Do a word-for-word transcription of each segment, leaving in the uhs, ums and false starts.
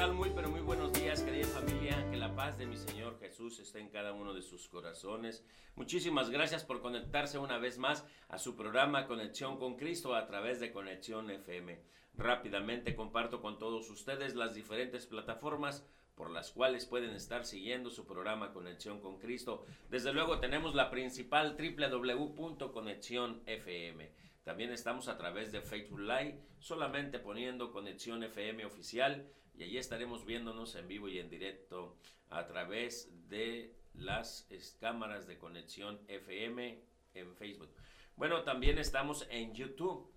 tal? Muy pero muy buenos días, querida familia. Que la paz de mi Señor Jesús esté en cada uno de sus corazones. Muchísimas gracias por conectarse una vez más a su programa Conexión con Cristo a través de Conexión F M. Rápidamente comparto con todos ustedes las diferentes plataformas por las cuales pueden estar siguiendo su programa Conexión con Cristo. Desde luego tenemos la principal doble u doble u doble u punto conexión f m. También estamos a través de Facebook Live, solamente poniendo Conexión F M Oficial, y allí estaremos viéndonos en vivo y en directo a través de las cámaras de Conexión F M en Facebook. Bueno, también estamos en YouTube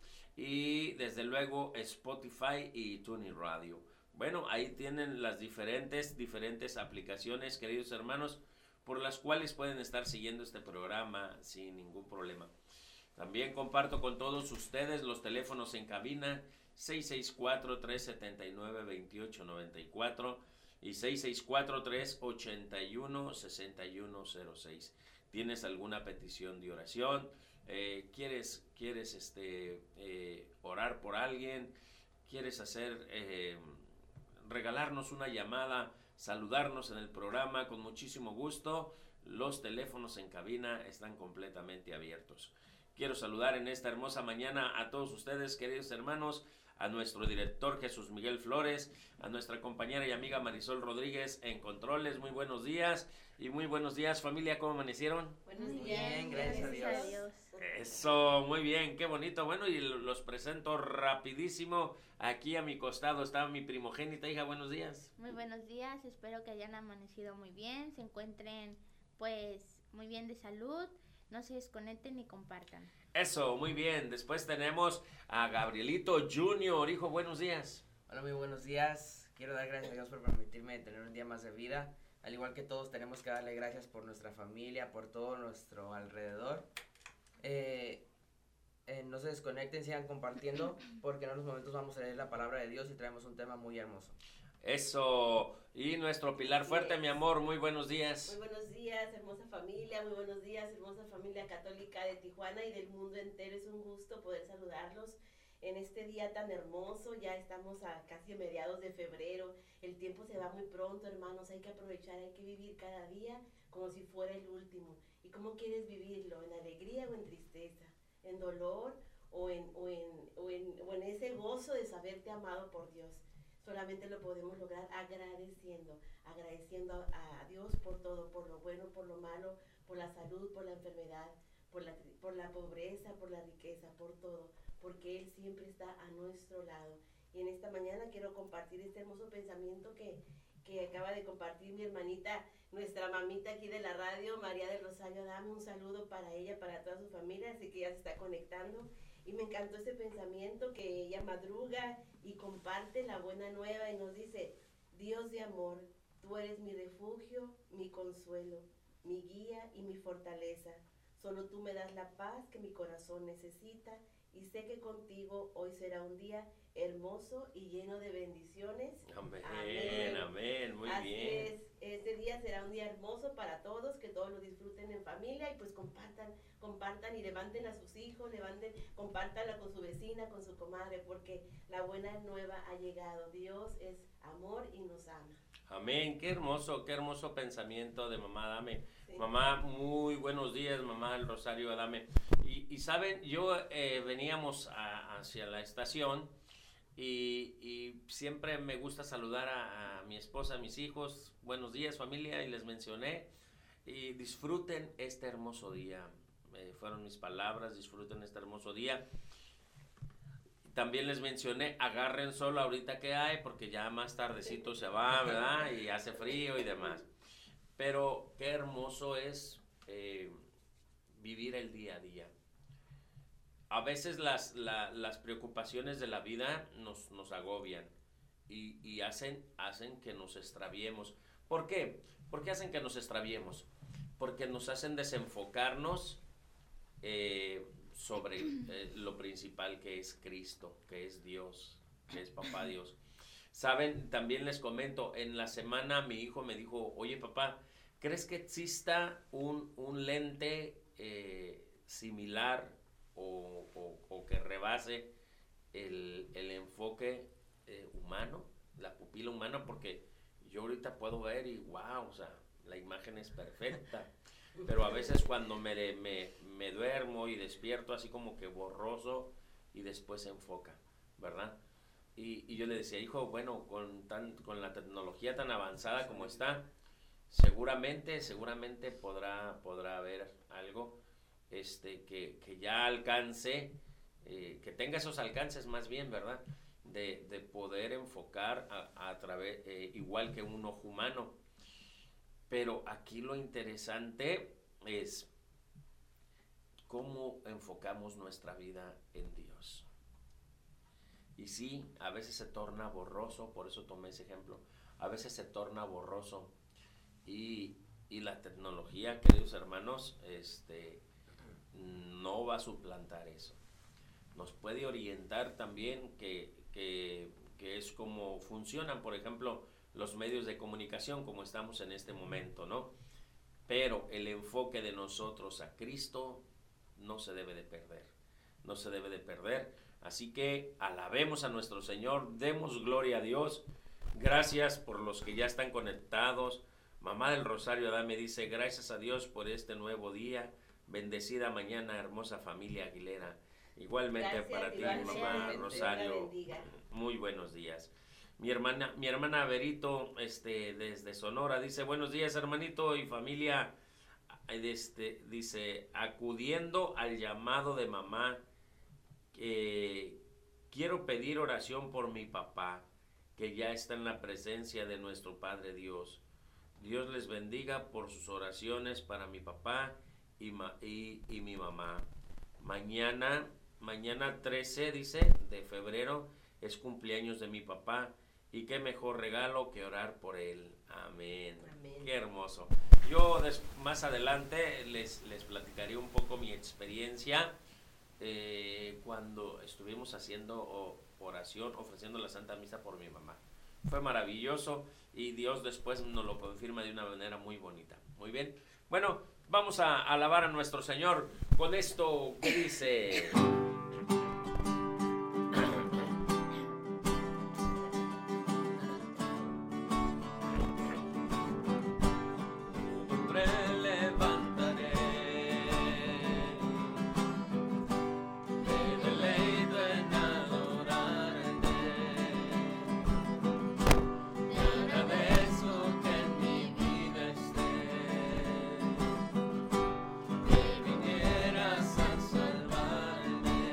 y desde luego Spotify y TuneIn Radio. Bueno, ahí tienen las diferentes, diferentes aplicaciones, queridos hermanos, por las cuales pueden estar siguiendo este programa sin ningún problema. También comparto con todos ustedes los teléfonos en cabina seis seis cuatro, tres siete nueve, dos ocho nueve cuatro y seis seis cuatro, tres ocho uno, seis uno cero seis. ¿Tienes alguna petición de oración? Eh, ¿Quieres, quieres este, eh, orar por alguien? ¿Quieres hacer... Eh, regalarnos una llamada, saludarnos en el programa? Con muchísimo gusto. Los teléfonos en cabina están completamente abiertos. Quiero saludar en esta hermosa mañana a todos ustedes, queridos hermanos, a nuestro director Jesús Miguel Flores, a nuestra compañera y amiga Marisol Rodríguez en controles. Muy buenos días y muy buenos días, familia. ¿Cómo amanecieron? Buenos días. Bien, gracias, gracias a Dios. Eso, muy bien, qué bonito. Bueno, y los presento rapidísimo. Aquí a mi costado está mi primogénita. Hija, buenos días. Muy buenos días, espero que hayan amanecido muy bien, se encuentren pues muy bien de salud, no se desconecten ni compartan. Eso, muy bien. Después tenemos a Gabrielito Junior. Hijo, buenos días. Hola, muy buenos días. Quiero dar gracias a Dios por permitirme tener un día más de vida. Al igual que todos, tenemos que darle gracias por nuestra familia, por todo nuestro alrededor. Eh, eh, no se desconecten, sigan compartiendo, porque en unos momentos vamos a leer la palabra de Dios y traemos un tema muy hermoso. Eso, y nuestro Pilar Fuerte, yes. Mi amor, muy buenos días. Muy buenos días, hermosa familia, muy buenos días, hermosa familia católica de Tijuana y del mundo entero. Es un gusto poder saludarlos en este día tan hermoso. Ya estamos a casi a mediados de febrero, el tiempo se va muy pronto, hermanos, hay que aprovechar, hay que vivir cada día como si fuera el último. ¿Y cómo quieres vivirlo? ¿En alegría o en tristeza? ¿En dolor o en, o en, o en, o en ese gozo de saberte amado por Dios? Solamente lo podemos lograr agradeciendo, agradeciendo a, a Dios por todo, por lo bueno, por lo malo, por la salud, por la enfermedad, por la, por la pobreza, por la riqueza, por todo, porque Él siempre está a nuestro lado. Y en esta mañana quiero compartir este hermoso pensamiento que, que acaba de compartir mi hermanita, nuestra mamita aquí de la radio, María del Rosario Adame. Un saludo para ella, para toda su familia, así que ya se está conectando. Y me encantó ese pensamiento que ella madruga y comparte la buena nueva y nos dice: Dios de amor, tú eres mi refugio, mi consuelo, mi guía y mi fortaleza. Solo tú me das la paz que mi corazón necesita y sé que contigo hoy será un día hermoso y lleno de bendiciones. Amén, amén, amén, muy Así bien. Es, este día será un día hermoso para todos, que todos lo disfruten en familia y pues compartan, compartan y levanten a sus hijos, levanten, compártanla con su vecina, con su comadre, porque la buena nueva ha llegado. Dios es amor y nos ama. Amén, qué hermoso, qué hermoso pensamiento de mamá Adame. Sí. Mamá, muy buenos días, mamá del Rosario Adame. Y, y saben, yo eh, veníamos a, hacia la estación y, y siempre me gusta saludar a, a mi esposa, a mis hijos. Buenos días, familia, y les mencioné. Y disfruten este hermoso día. Eh, fueron mis palabras, disfruten este hermoso día. También les mencioné, agarren sol ahorita que hay, porque ya más tardecito se va, ¿verdad? Y hace frío y demás. Pero qué hermoso es eh, vivir el día a día. A veces las, la, las preocupaciones de la vida nos, nos agobian y, y hacen, hacen que nos extraviemos. ¿Por qué? ¿Por qué hacen que nos extraviemos? Porque nos hacen desenfocarnos eh, sobre eh, lo principal, que es Cristo, que es Dios, que es Papá Dios. Saben, también les comento, en la semana mi hijo me dijo: oye papá, ¿crees que exista un, un lente eh, similar o, o, o que rebase el, el enfoque eh, humano? la pupila humana, porque yo ahorita puedo ver y wow, o sea, la imagen es perfecta. Pero a veces cuando me, me, me duermo y despierto así como que borroso y después se enfoca, ¿verdad? Y, y yo le decía, hijo, bueno, con, tan, con la tecnología tan avanzada como está, seguramente, seguramente podrá, podrá haber algo este, que, que ya alcance, eh, que tenga esos alcances más bien, ¿verdad? De, de poder enfocar a, a través, eh, igual que un ojo humano. Pero aquí lo interesante es cómo enfocamos nuestra vida en Dios. Y sí, a veces se torna borroso, por eso tomé ese ejemplo, a veces se torna borroso y, y la tecnología, queridos hermanos, este, no va a suplantar eso. Nos puede orientar también que, que, que es como funcionan, por ejemplo, los medios de comunicación como estamos en este momento, ¿no? Pero el enfoque de nosotros a Cristo no se debe de perder, no se debe de perder. Así que alabemos a nuestro Señor, demos gloria a Dios. Gracias por los que ya están conectados. Mamá del Rosario Adán me dice, gracias a Dios por este nuevo día, bendecida mañana, hermosa familia Aguilera. Igualmente gracias, para ti, mamá Rosario, muy buenos días. Mi hermana, mi hermana Berito, este, desde Sonora, dice, buenos días, hermanito y familia, este, dice, acudiendo al llamado de mamá, eh, quiero pedir oración por mi papá, que ya está en la presencia de nuestro Padre Dios. Dios les bendiga por sus oraciones para mi papá y, ma, y, y mi mamá. Mañana, mañana trece, dice, de febrero, es cumpleaños de mi papá. Y qué mejor regalo que orar por él. Amén. Amén. Qué hermoso. Yo des, más adelante les, les platicaré un poco mi experiencia eh, cuando estuvimos haciendo o, oración, ofreciendo la Santa Misa por mi mamá. Fue maravilloso y Dios después nos lo confirma de una manera muy bonita. Muy bien. Bueno, vamos a alabar a nuestro Señor con esto que dice... Vinieras a salvarme.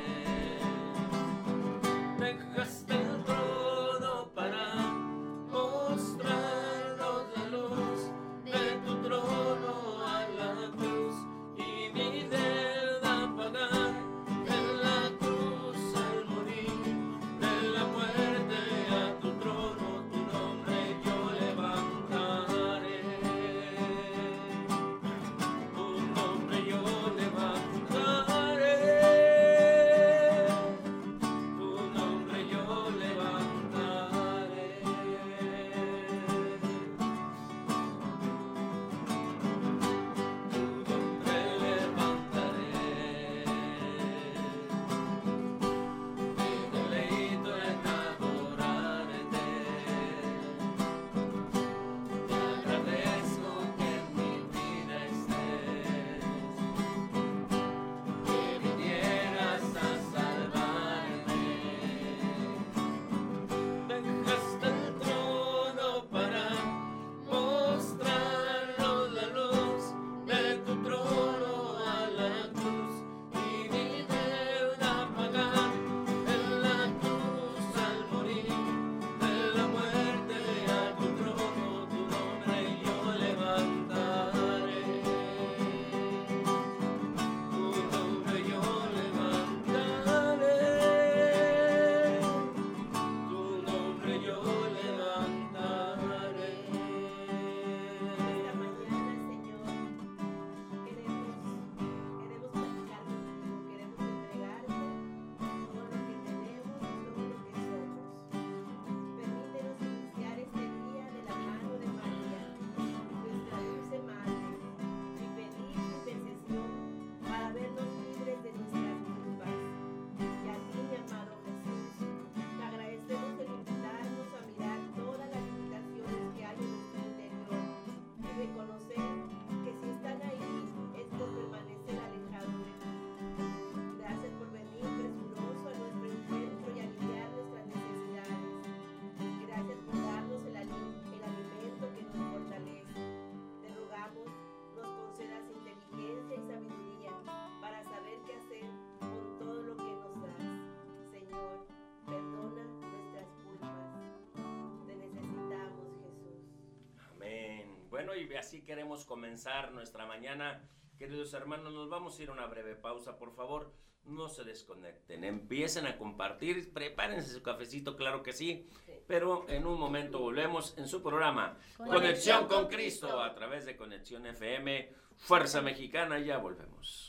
Bueno, y así queremos comenzar nuestra mañana. Queridos hermanos, nos vamos a ir a una breve pausa, por favor, no se desconecten, empiecen a compartir, prepárense su cafecito, claro que sí, sí. Pero en un momento volvemos en su programa Conexión, Conexión con Cristo, Cristo, a través de Conexión F M, Fuerza Mexicana, ya volvemos.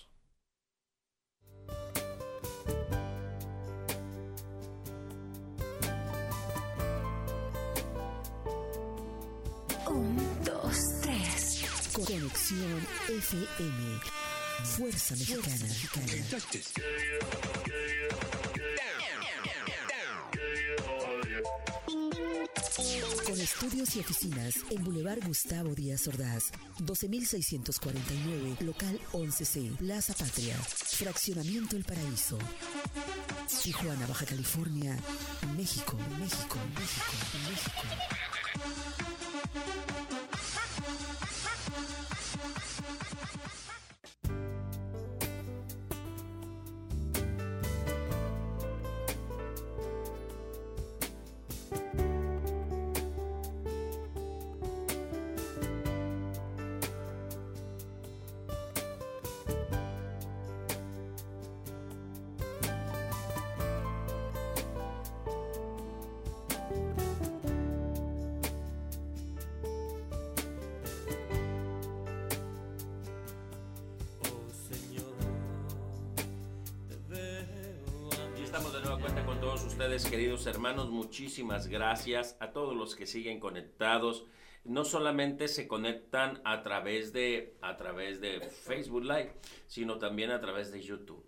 Un, dos, tres. Conexión F M. Fuerza Mexicana. Con estudios y oficinas en Boulevard Gustavo Díaz Ordaz, doce mil seiscientos cuarenta y nueve, local once C, Plaza Patria, Fraccionamiento El Paraíso. Tijuana, Baja California, México, México, México, México. Ustedes, queridos hermanos, muchísimas gracias a todos los que siguen conectados. No solamente se conectan a través de a través de Facebook Live, sino también a través de YouTube.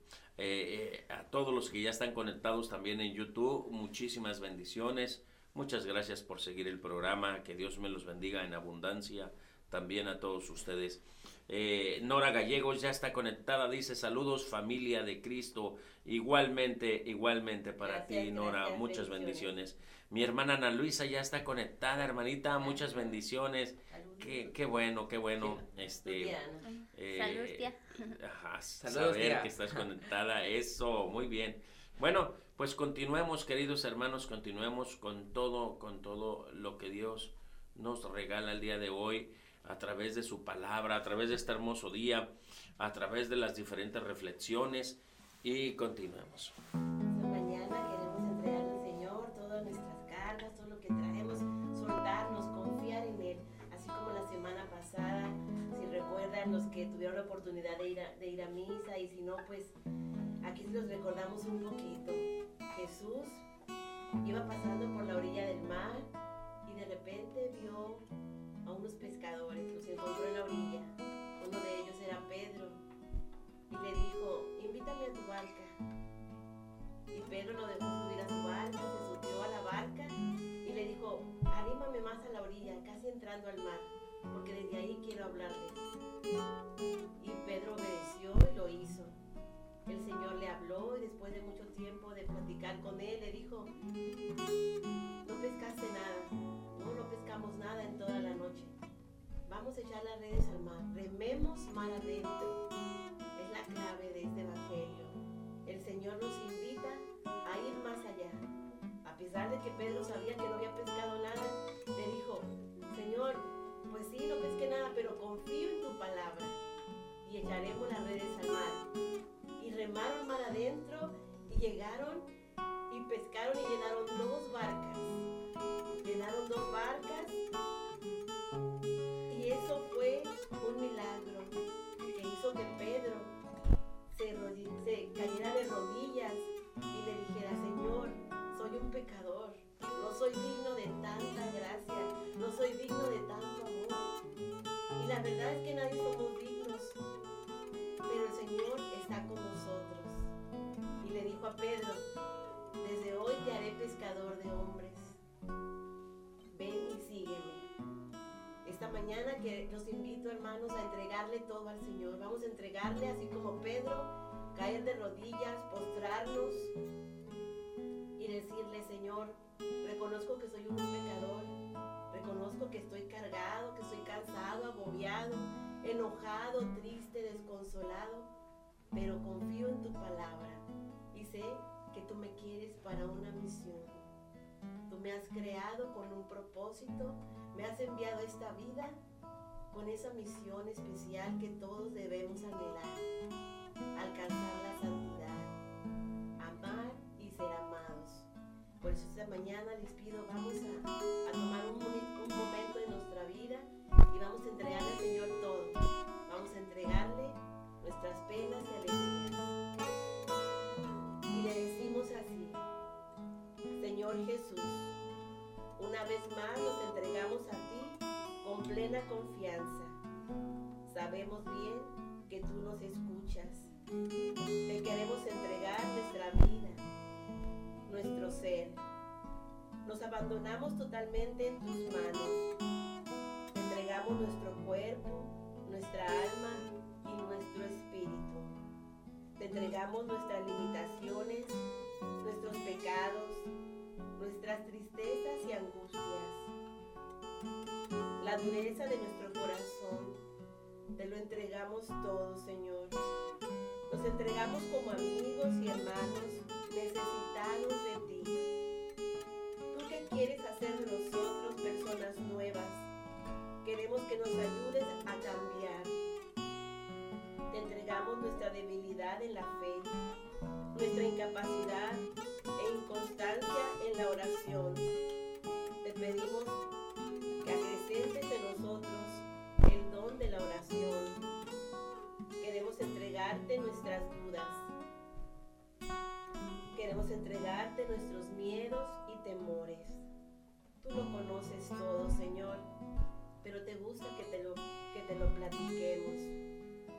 Eh, eh, a todos los que ya están conectados también en YouTube, muchísimas bendiciones. Muchas gracias por seguir el programa. Que Dios me los bendiga en abundancia. También a todos ustedes. Eh, Nora Gallegos ya está conectada, dice saludos familia de Cristo, igualmente, igualmente para gracias, ti Nora, gracias, muchas bendiciones. bendiciones. Mi hermana Ana Luisa ya está conectada, hermanita, gracias. Muchas bendiciones. Qué, qué bueno, qué bueno. Este, eh, Saludos, tía. Ajá, saludos, saber tía. Que estás conectada, eso, muy bien. Bueno, pues continuemos, queridos hermanos, continuemos con todo, con todo lo que Dios nos regala el día de hoy. A través de su palabra, a través de este hermoso día, a través de las diferentes reflexiones y continuemos. Esta mañana queremos entregar al Señor todas nuestras cargas, todo lo que traemos, soltarnos, confiar en Él, así como la semana pasada, si recuerdan los que tuvieron la oportunidad de ir a, de ir a misa y si no, pues aquí los recordamos un poquito. Jesús iba pasando por la orilla del mar y de repente vio a unos pescadores, los encontró en la orilla. Uno de ellos era Pedro y le dijo, invítame a tu barca. Y Pedro lo dejó subir a su barca, se subió a la barca y le dijo, arrímame más a la orilla, casi entrando al mar, porque desde ahí quiero hablarles. Y Pedro obedeció y lo hizo. El Señor le habló y después de mucho tiempo de platicar con él, le dijo, no pescaste nada. No, no pescamos nada en toda la noche. Vamos a echar las redes al mar. Rememos mar adentro. Es la clave de este evangelio. El Señor nos invita a ir más allá. A pesar de que Pedro sabía que no había pescado nada, le dijo, Señor, pues sí, no pesqué nada, pero confío en tu palabra. Y echaremos las redes al mar. Y remaron mar adentro y llegaron y pescaron y llenaron dos barcas. Llenaron dos barcas y eso fue un milagro que hizo que Pedro se, se cayera de rodillas y le dijera, Señor, soy un pecador, no soy digno de tanta gracia, no soy digno de tanto amor. Y la verdad es que nadie somos dignos, pero el Señor está con nosotros. Y le dijo a Pedro, desde hoy te haré pescador de hombres. Ven y sígueme. Esta mañana que los invito, hermanos, a entregarle todo al Señor. Vamos a entregarle, así como Pedro, caer de rodillas, postrarnos y decirle, Señor, reconozco que soy un pecador, reconozco que estoy cargado, que estoy cansado, agobiado, enojado, triste, desconsolado, pero confío en tu palabra y sé que tú me quieres para una misión. Tú me has creado con un propósito, me has enviado a esta vida con esa misión especial que todos debemos anhelar, alcanzar la santidad, amar y ser amados. Por eso esta mañana les pido, vamos a, a tomar un, un momento de nuestra vida y vamos a entregarle al Señor todo. Vamos a entregarle nuestras penas y alegrías. Y le decimos así: Señor Jesús, una vez más nos entregamos a ti con plena confianza. Sabemos bien que tú nos escuchas. Te queremos entregar nuestra vida, nuestro ser. Nos abandonamos totalmente en tus manos. Te entregamos nuestro cuerpo, nuestra alma y nuestro espíritu. Te entregamos nuestras limitaciones, nuestros pecados, nuestras tristezas y angustias, la dureza de nuestro corazón. Te lo entregamos todo, Señor. Nos entregamos como amigos y hermanos necesitados de ti. Tú que quieres hacer de nosotros personas nuevas, queremos que nos ayudes a cambiar. Te entregamos nuestra debilidad en la fe, nuestra incapacidad e inconstancia en la oración. Te pedimos que acrecentes en nosotros el don de la oración. Queremos entregarte nuestras dudas. Queremos entregarte nuestros miedos y temores. Tú lo conoces todo, Señor, pero te gusta que te lo, que te lo platiquemos.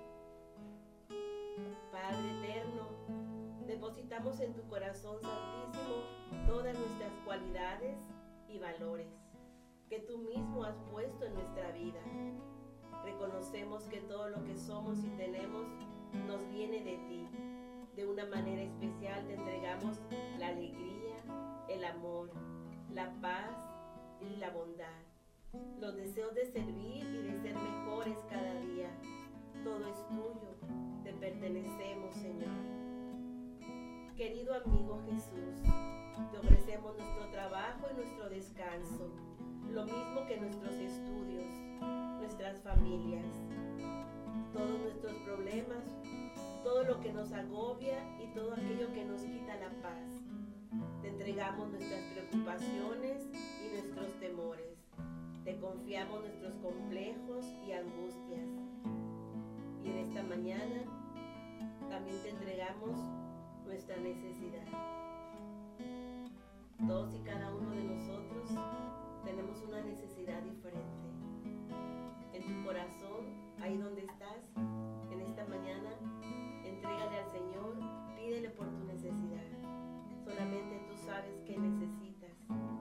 Padre eterno, depositamos en tu corazón santísimo todas nuestras cualidades y valores que tú mismo has puesto en nuestra vida. Reconocemos que todo lo que somos y tenemos nos viene de ti. De una manera especial te entregamos la alegría, el amor, la paz y la bondad, los deseos de servir y de ser mejores cada día. Todo es tuyo, te pertenecemos, Señor. Querido amigo Jesús, te ofrecemos nuestro trabajo y nuestro descanso, lo mismo que nuestros estudios, nuestras familias, todos nuestros problemas, todo lo que nos agobia y todo aquello que nos quita la paz. Te entregamos nuestras preocupaciones y nuestros temores. Te confiamos nuestros complejos y angustias. Y en esta mañana también te entregamos nuestra necesidad. Todos y cada uno de nosotros tenemos una necesidad diferente. En tu corazón, ahí donde estás, en esta mañana, entrégale al Señor, pídele por tu necesidad. Solamente tú sabes qué necesitas.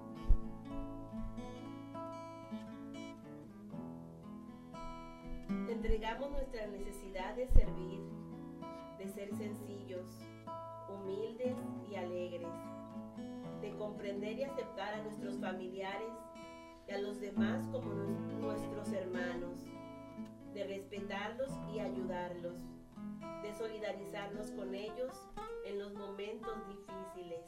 Te entregamos nuestra necesidad de servir, de ser sencillos, humildes y alegres, de comprender y aceptar a nuestros familiares y a los demás como nuestros hermanos, de respetarlos y ayudarlos, de solidarizarnos con ellos en los momentos difíciles.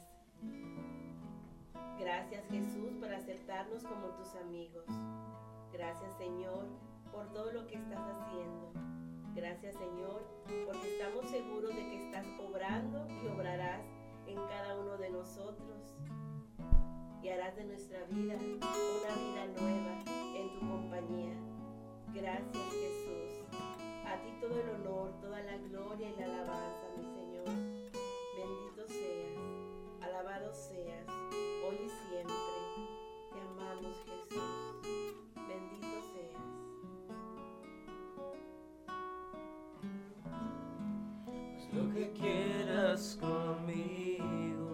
Gracias, Jesús, por aceptarnos como tus amigos. Gracias, Señor, por todo lo que estás haciendo. Gracias, Señor, porque estamos seguros de que estás obrando y obrarás en cada uno de nosotros y harás de nuestra vida una vida nueva en tu compañía. Gracias, Jesús. A ti todo el honor, toda la gloria y la alabanza, mi Señor. Bendito seas, alabado seas, hoy y siempre. Te amamos, Jesús. Bendito seas. Haz lo que quieras conmigo.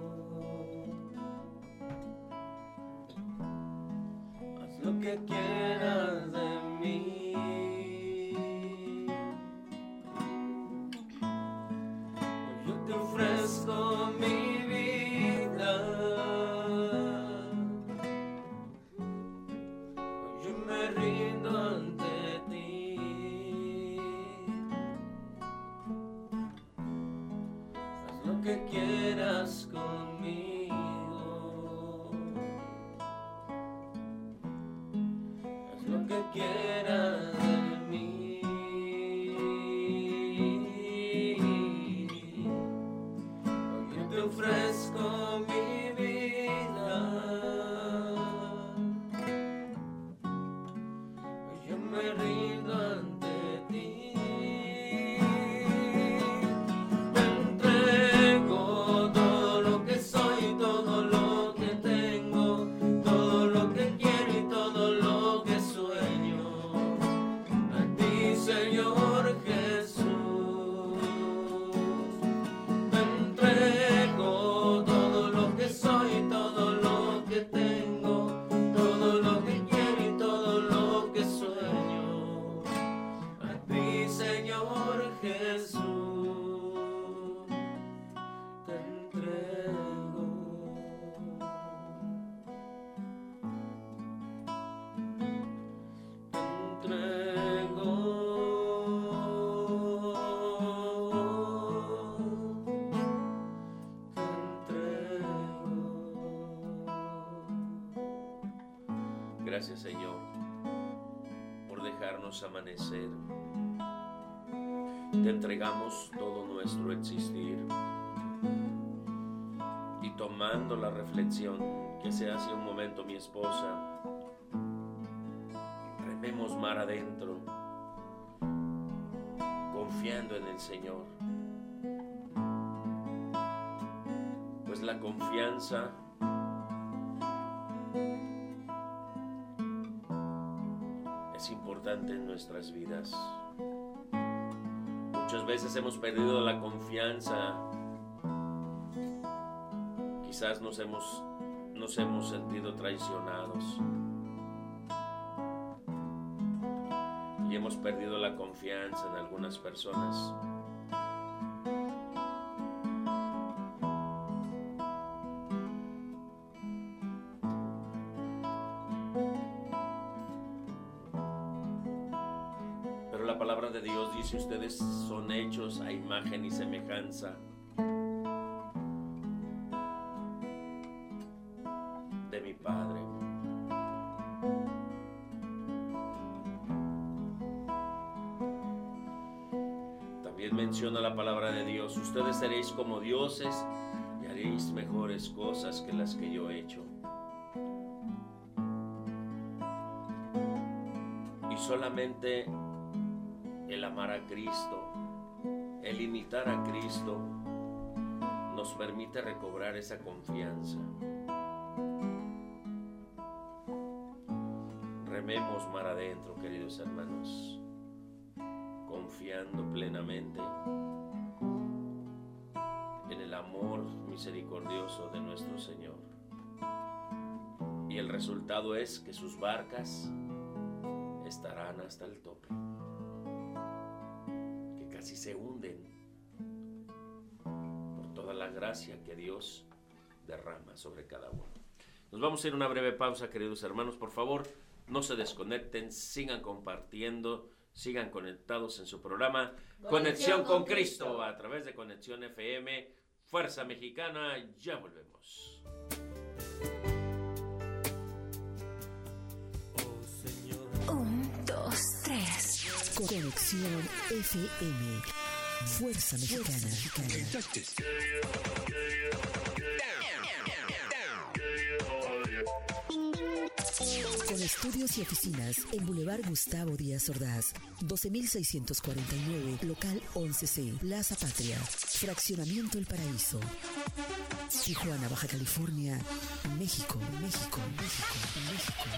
Haz lo que quieras de mí. Yo te ofrezco mi vida. Yo me rindo ante ti. Haz lo que quieras conmigo. Haz lo que quieras de mí. Jesús, te entrego. Te entrego. Te entrego. Gracias, Señor, por dejarnos amanecer. Te entregamos todo nuestro existir. Y tomando la reflexión que se hace un momento mi esposa, rememos mar adentro, confiando en el Señor. Pues la confianza es importante en nuestras vidas. Muchas veces hemos perdido la confianza. Quizás nos hemos, nos hemos sentido traicionados. Y hemos perdido la confianza en algunas personas. La palabra de Dios dice: ustedes son hechos a imagen y semejanza de mi Padre. También menciona la palabra de Dios: ustedes seréis como dioses y haréis mejores cosas que las que yo he hecho. Y solamente el amar a Cristo, el imitar a Cristo, nos permite recobrar esa confianza. Rememos mar adentro, queridos hermanos, confiando plenamente en el amor misericordioso de nuestro Señor. Y el resultado es que sus barcas estarán hasta el tope, si se hunden por toda la gracia que Dios derrama sobre cada uno. Nos vamos a ir a una breve pausa, queridos hermanos. Por favor, no se desconecten, sigan compartiendo, sigan conectados en su programa Conexión, Conexión con, con Cristo, Cristo, a través de Conexión F M, Fuerza Mexicana. Ya volvemos. Un, dos, tres. Conexión F M, Fuerza Mexicana. Con estudios y oficinas en Boulevard Gustavo Díaz Ordaz, doce mil seiscientos cuarenta y nueve, local once C, Plaza Patria, Fraccionamiento El Paraíso. Tijuana, Baja California, México, México, México, México.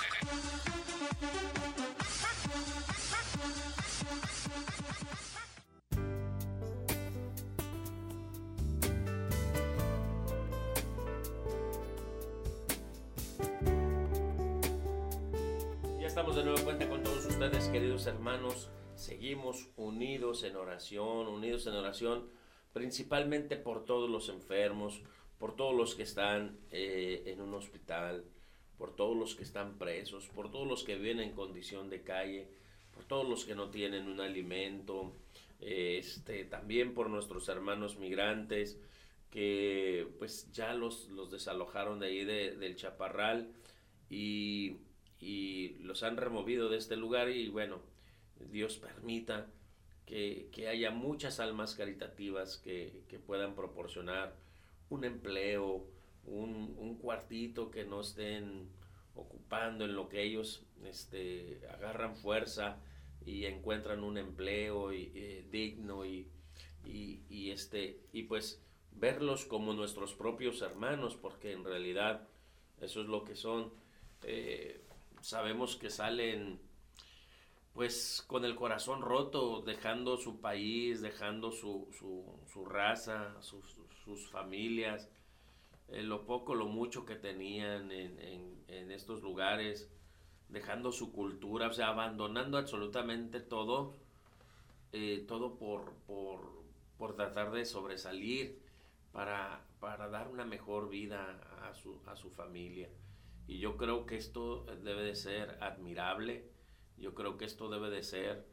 Estamos de nuevo cuenta con todos ustedes, queridos hermanos. Seguimos unidos en oración, unidos en oración, principalmente por todos los enfermos, por todos los que están eh, en un hospital, por todos los que están presos, por todos los que viven en condición de calle, por todos los que no tienen un alimento, eh, este, también por nuestros hermanos migrantes que pues ya los, los desalojaron de ahí de, del Chaparral y... y los han removido de este lugar. Y bueno, Dios permita que, que haya muchas almas caritativas que, que puedan proporcionar un empleo, un, un cuartito que no estén ocupando, en lo que ellos este, agarran fuerza y encuentran un empleo y, eh, digno y, y, y, este, y pues verlos como nuestros propios hermanos, porque en realidad eso es lo que son. eh, Sabemos que salen pues con el corazón roto, dejando su país, dejando su, su, su raza, sus, sus familias, eh, lo poco, lo mucho que tenían en, en, en estos lugares, dejando su cultura, o sea, abandonando absolutamente todo eh, todo por, por, por tratar de sobresalir para, para dar una mejor vida a su, a su familia. Y yo creo que esto debe de ser admirable, yo creo que esto debe de ser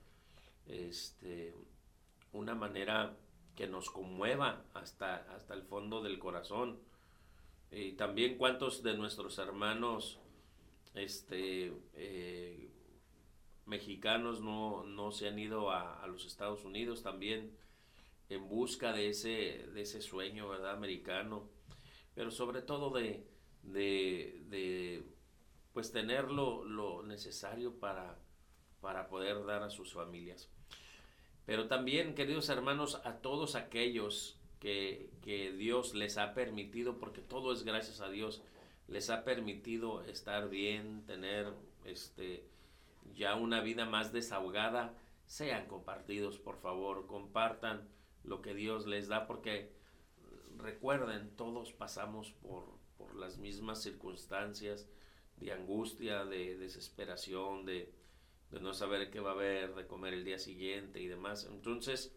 este, una manera que nos conmueva hasta, hasta el fondo del corazón. Y también cuántos de nuestros hermanos este, eh, mexicanos no, no se han ido a, a los Estados Unidos también en busca de ese, de ese sueño, ¿verdad?, americano, pero sobre todo de, de, de pues tener lo, lo necesario para, para poder dar a sus familias. Pero también, queridos hermanos, a todos aquellos que, que Dios les ha permitido, porque todo es gracias a Dios, les ha permitido estar bien, tener este, ya una vida más desahogada, sean compartidos, por favor, compartan lo que Dios les da, porque recuerden, todos pasamos por, por las mismas circunstancias de angustia, de desesperación, de, de no saber qué va a haber, de comer el día siguiente y demás. Entonces,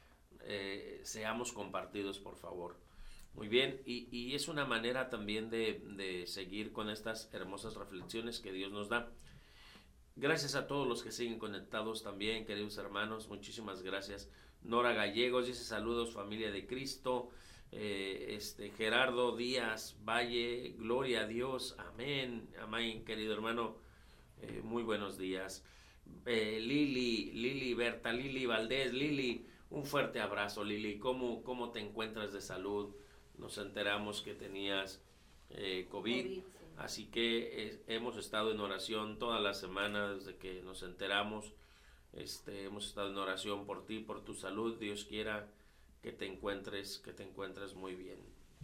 eh, seamos compartidos, por favor. Muy bien, y, y es una manera también de, de seguir con estas hermosas reflexiones que Dios nos da. Gracias a todos los que siguen conectados también, queridos hermanos, muchísimas gracias. Nora Gallegos dice saludos, familia de Cristo. Eh, este Gerardo Díaz Valle, gloria a Dios, amén, amén, querido hermano, eh, muy buenos días. Eh, Lili, Lili Berta, Lili Valdés, Lili, un fuerte abrazo, Lili. ¿Cómo, cómo te encuentras de salud? Nos enteramos que tenías eh, COVID, COVID sí. Así que eh, hemos estado en oración toda la semana desde que nos enteramos. Este, hemos estado en oración por ti, por tu salud. Dios quiera que te encuentres, que te encuentres muy bien.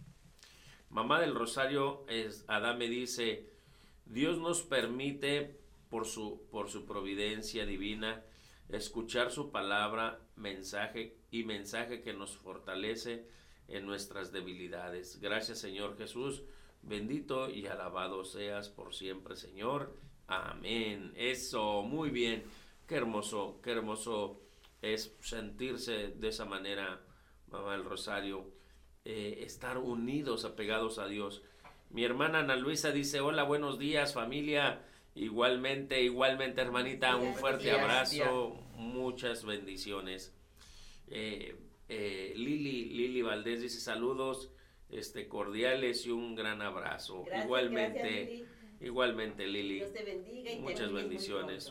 Mamá del Rosario es, Adame dice, Dios nos permite por su, por su providencia divina escuchar su palabra, mensaje y mensaje que nos fortalece en nuestras debilidades. Gracias, Señor Jesús, bendito y alabado seas por siempre, Señor. Amén. Eso, muy bien. Qué hermoso, qué hermoso es sentirse de esa manera, Mamá del Rosario, eh, estar unidos, apegados a Dios. Mi hermana Ana Luisa dice, hola, buenos días, familia. Igualmente, igualmente, hermanita, un fuerte abrazo, muchas bendiciones. Eh, eh, Lili, Lili Valdés dice saludos este, cordiales y un gran abrazo. Gracias, igualmente, gracias, Lili. igualmente, Lili. Dios te bendiga y muchas te bendiciones.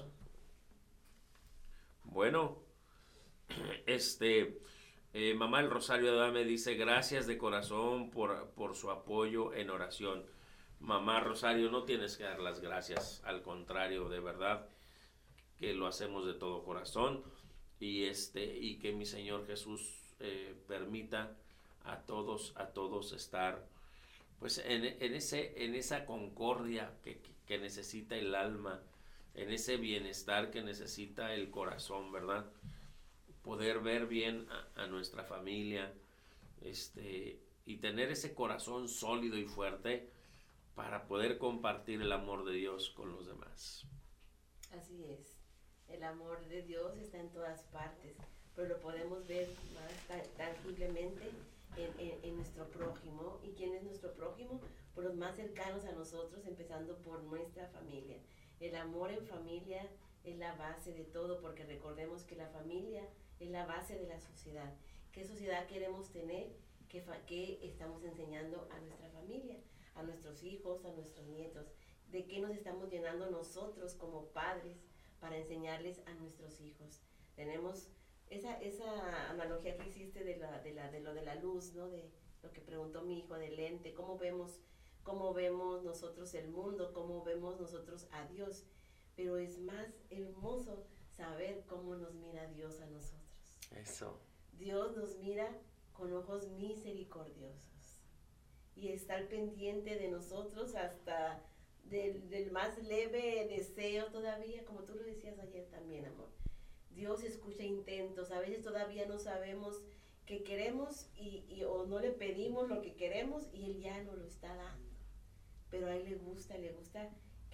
Bueno, este, eh, Mamá del Rosario Adame dice gracias de corazón por, por su apoyo en oración. Mamá Rosario, no tienes que dar las gracias, al contrario, de verdad que lo hacemos de todo corazón y este y que mi Señor Jesús eh, permita a todos a todos estar pues en, en ese en esa concordia que, que, que necesita el alma, en ese bienestar que necesita el corazón, ¿verdad? Poder ver bien a, a nuestra familia, este y tener ese corazón sólido y fuerte para poder compartir el amor de Dios con los demás. Así es, el amor de Dios está en todas partes, pero lo podemos ver más tangiblemente en, en, en nuestro prójimo. ¿Y quién es nuestro prójimo? Por los más cercanos a nosotros, empezando por nuestra familia. El amor en familia es la base de todo, porque recordemos que la familia es la base de la sociedad. ¿Qué sociedad queremos tener? ¿Qué, fa- qué estamos enseñando a nuestra familia? A nuestros hijos, a nuestros nietos, de qué nos estamos llenando nosotros como padres para enseñarles a nuestros hijos. Tenemos esa, esa analogía que hiciste de, la, de, la, de lo de la luz, ¿no? De lo que preguntó mi hijo del lente, cómo vemos, cómo vemos nosotros el mundo, cómo vemos nosotros a Dios. Pero es más hermoso saber cómo nos mira Dios a nosotros. Eso. Dios nos mira con ojos misericordiosos. Y estar pendiente de nosotros hasta del, del más leve deseo todavía, como tú lo decías ayer también, amor. Dios escucha intentos, a veces todavía no sabemos qué queremos y, y o no le pedimos lo que queremos y Él ya nos lo está dando. Pero a Él le gusta, le gusta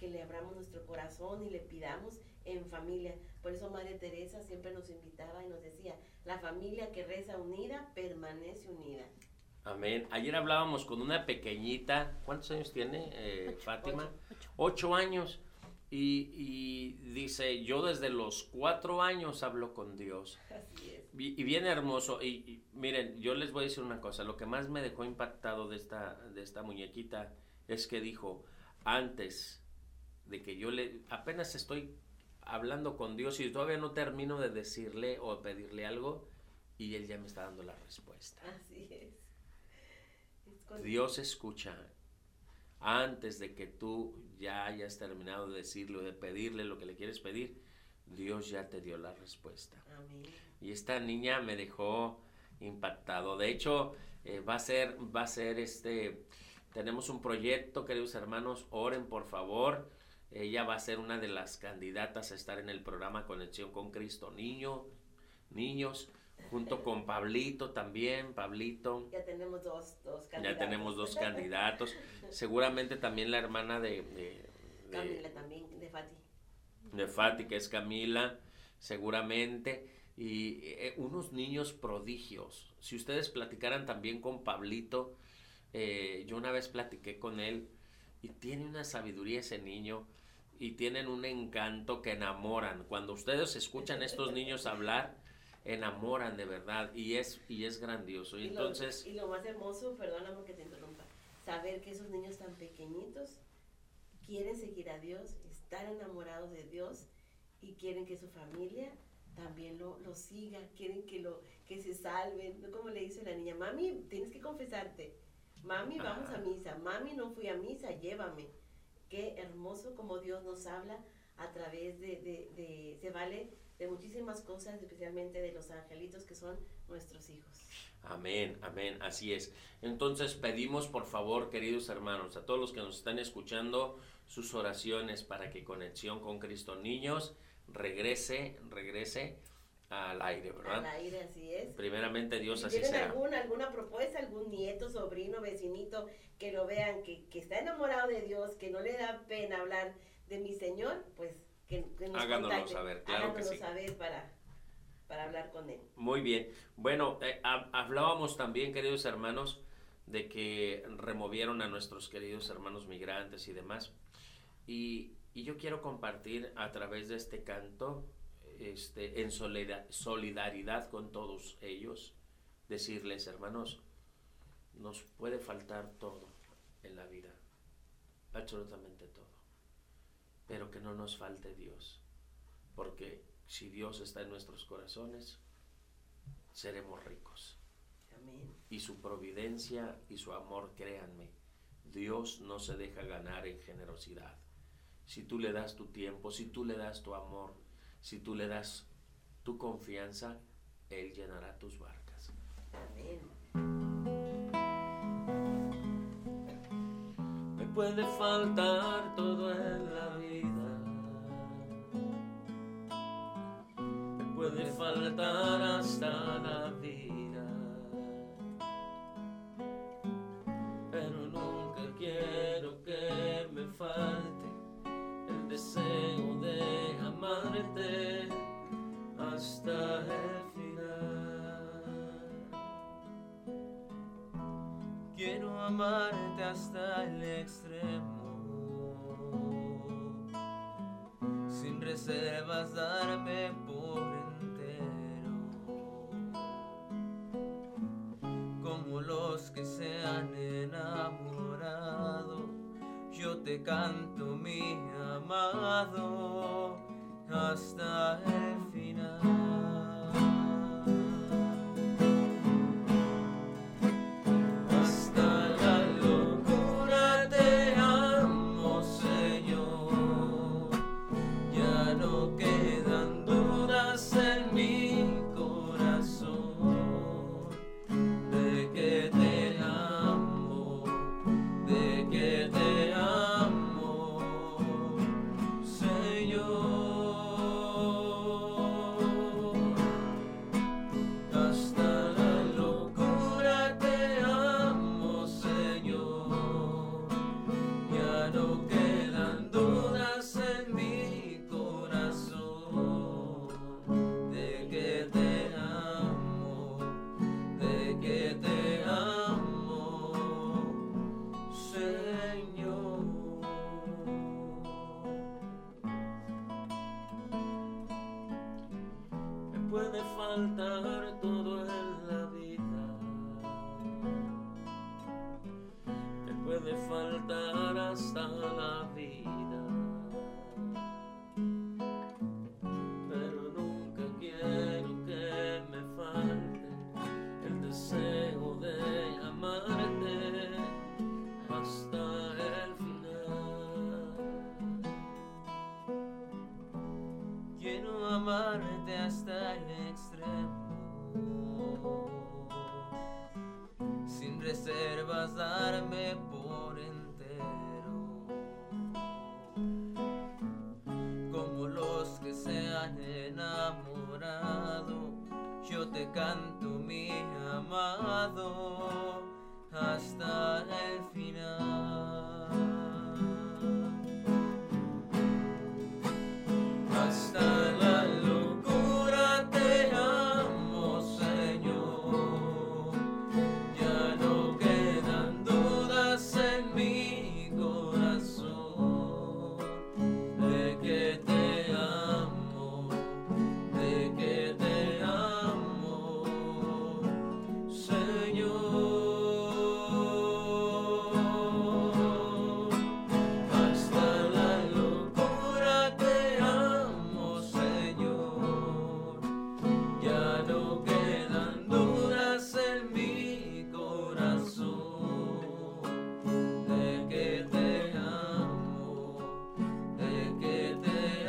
que le abramos nuestro corazón y le pidamos en familia. Por eso Madre Teresa siempre nos invitaba y nos decía, la familia que reza unida permanece unida. Amén. Ayer hablábamos con una pequeñita, ¿cuántos años tiene eh, Ocho. Fátima? Ocho. Ocho. Ocho años. Y, y dice, yo desde los cuatro años hablo con Dios. Así es. Y, y bien hermoso. Y, y miren, yo les voy a decir una cosa. Lo que más me dejó impactado de esta, de esta muñequita es que dijo, antes de que yo le, apenas estoy hablando con Dios y todavía no termino de decirle o pedirle algo, y Él ya me está dando la respuesta. Así es. Es con- Dios escucha antes de que tú ya hayas terminado de decirle o de pedirle lo que le quieres pedir. Dios ya te dio la respuesta. Amén. Y esta niña me dejó impactado. De hecho, eh, va a ser, va a ser este, tenemos un proyecto, queridos hermanos, oren por favor. Ella va a ser una de las candidatas a estar en el programa Conexión con Cristo Niño, Niños, junto con Pablito también, Pablito. Ya tenemos dos, dos candidatos. Ya tenemos dos candidatos. Seguramente también la hermana de, de, de, Camila también, de Fati. de Fati, que es Camila, seguramente. Y eh, unos niños prodigios. Si ustedes platicaran también con Pablito, eh, yo una vez platiqué con él y tiene una sabiduría ese niño y tienen un encanto que enamoran. Cuando ustedes escuchan a estos niños hablar, enamoran de verdad y es, y es grandioso. Y Y, entonces... lo, y lo más hermoso, perdóname que te interrumpa, saber que esos niños tan pequeñitos quieren seguir a Dios, están enamorados de Dios y quieren que su familia también lo, lo siga, quieren que, lo, que se salven. ¿No? Como le dice la niña, mami, tienes que confesarte, mami, vamos Ajá. a misa, mami, no fui a misa, llévame. Qué hermoso como Dios nos habla a través de, de, de, se vale de muchísimas cosas, especialmente de los angelitos que son nuestros hijos. Amén, amén, así es. Entonces pedimos por favor, queridos hermanos, a todos los que nos están escuchando, sus oraciones para que Conexión con Cristo Niños regrese, regrese al aire, ¿verdad? Al aire, así es. Primeramente Dios Si así tienen será. alguna, alguna propuesta, algún nieto, sobrino, vecinito, que lo vean, que, que está enamorado de Dios, que no le da pena hablar de mi Señor, pues que, que nos Háganoslo contacten. saber, claro que Háganoslo sí. saber para, para hablar con Él. Muy bien. Bueno, eh, ha- hablábamos también, queridos hermanos, de que removieron a nuestros queridos hermanos migrantes y demás. Y, y yo quiero compartir a través de este canto, este, en solida- solidaridad con todos ellos, decirles, hermanos, nos puede faltar todo en la vida, absolutamente todo, pero que no nos falte Dios, porque si Dios está en nuestros corazones, seremos ricos. Amén. Y su providencia y su amor, créanme, Dios no se deja ganar en generosidad. Si tú le das tu tiempo, si tú le das tu amor, si tú le das tu confianza, Él llenará tus barcas. Amén. Me puede faltar todo en la vida, me puede faltar hasta la vida, pero nunca quiero que me falte el deseo de amarte hasta el final. Quiero amarte hasta el extremo, sin reservas darme por entero, como los que se han enamorado. Yo te canto, mi amado, hasta el final. Hasta la locura te amo, Señor. Ya no quedan dudas en mi corazón de que te amo, de que te amo, Señor. vuelvas a darme por entero, como los que se han enamorado. Yo te canto, mi amado, hasta el final, hasta la locura te amo, Señor. Ya no quedan dudas en mi corazón de que te amo, de que te amo, Señor. Hasta la locura te amo, Señor. Ya no quedan dudas en mi corazón de que te amo, de que te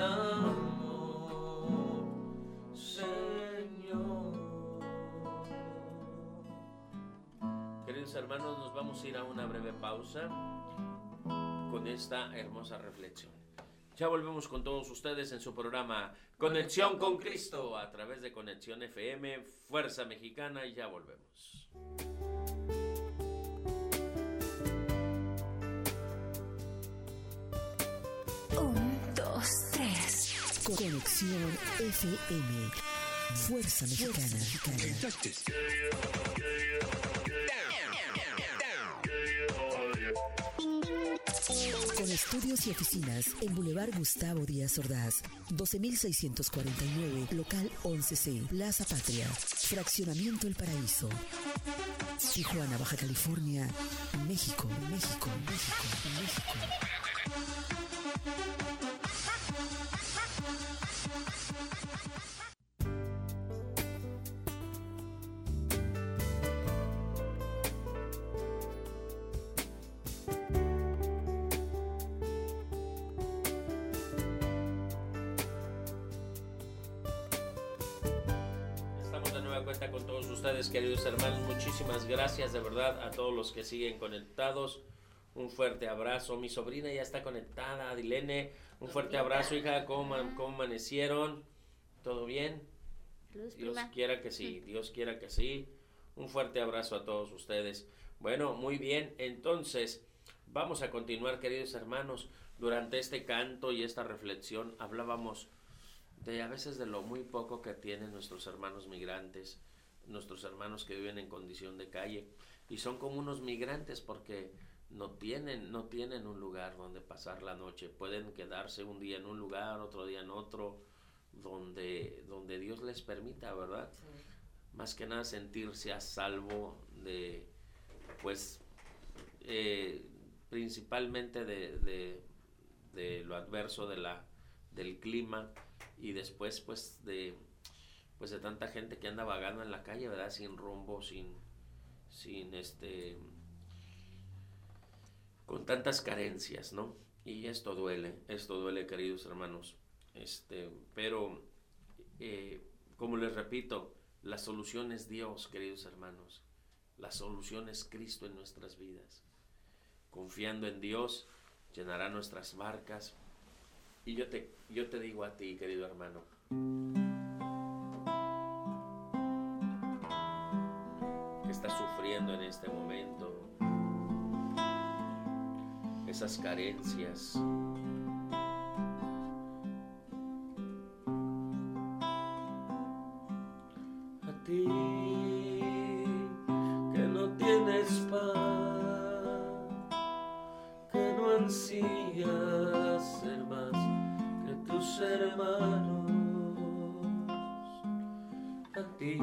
amo, Señor. Queridos hermanos, nos vamos a ir a una breve pausa con esta hermosa reflexión. Ya volvemos con todos ustedes en su programa Conexión con Cristo a través de Conexión F M, Fuerza Mexicana, y ya volvemos. Un, dos, tres. Conexión F M. Fuerza Mexicana. Con estudios y oficinas en Boulevard Gustavo Díaz Ordaz, doce mil seiscientos cuarenta y nueve, local once C, Plaza Patria, Fraccionamiento El Paraíso. Tijuana, Baja California, México, México, México, México. Estamos de nueva cuenta con todos ustedes, queridos hermanos. Muchísimas gracias de verdad a todos los que siguen conectados. Un fuerte abrazo. Mi sobrina ya está conectada, Adilene. Un fuerte abrazo, hija. ¿Cómo, cómo amanecieron? ¿Todo bien? Luz, Dios prima. quiera que sí, Dios quiera que sí. Un fuerte abrazo a todos ustedes. Bueno, muy bien, entonces vamos a continuar, queridos hermanos. Durante este canto y esta reflexión hablábamos de a veces de lo muy poco que tienen nuestros hermanos migrantes, nuestros hermanos que viven en condición de calle, y son como unos migrantes porque no tienen, no tienen un lugar donde pasar la noche. Pueden quedarse un día en un lugar, otro día en otro, donde, donde Dios les permita, ¿verdad? Sí. Más que nada sentirse a salvo de, pues, eh, principalmente de, de, de lo adverso de la, del clima, y después, pues, de, pues, de tanta gente que anda vagando en la calle, ¿verdad? Sin rumbo, sin, sin, este, con tantas carencias, ¿no? Y esto duele, esto duele, queridos hermanos. Este, pero, eh, como les repito, la solución es Dios, queridos hermanos. La solución es Cristo en nuestras vidas. Confiando en Dios, llenará nuestras barcas. Y yo te, yo te digo a ti, querido hermano, que estás sufriendo en este momento esas carencias, a ti que no tienes paz, que no ansías ser más que tus hermanos, a ti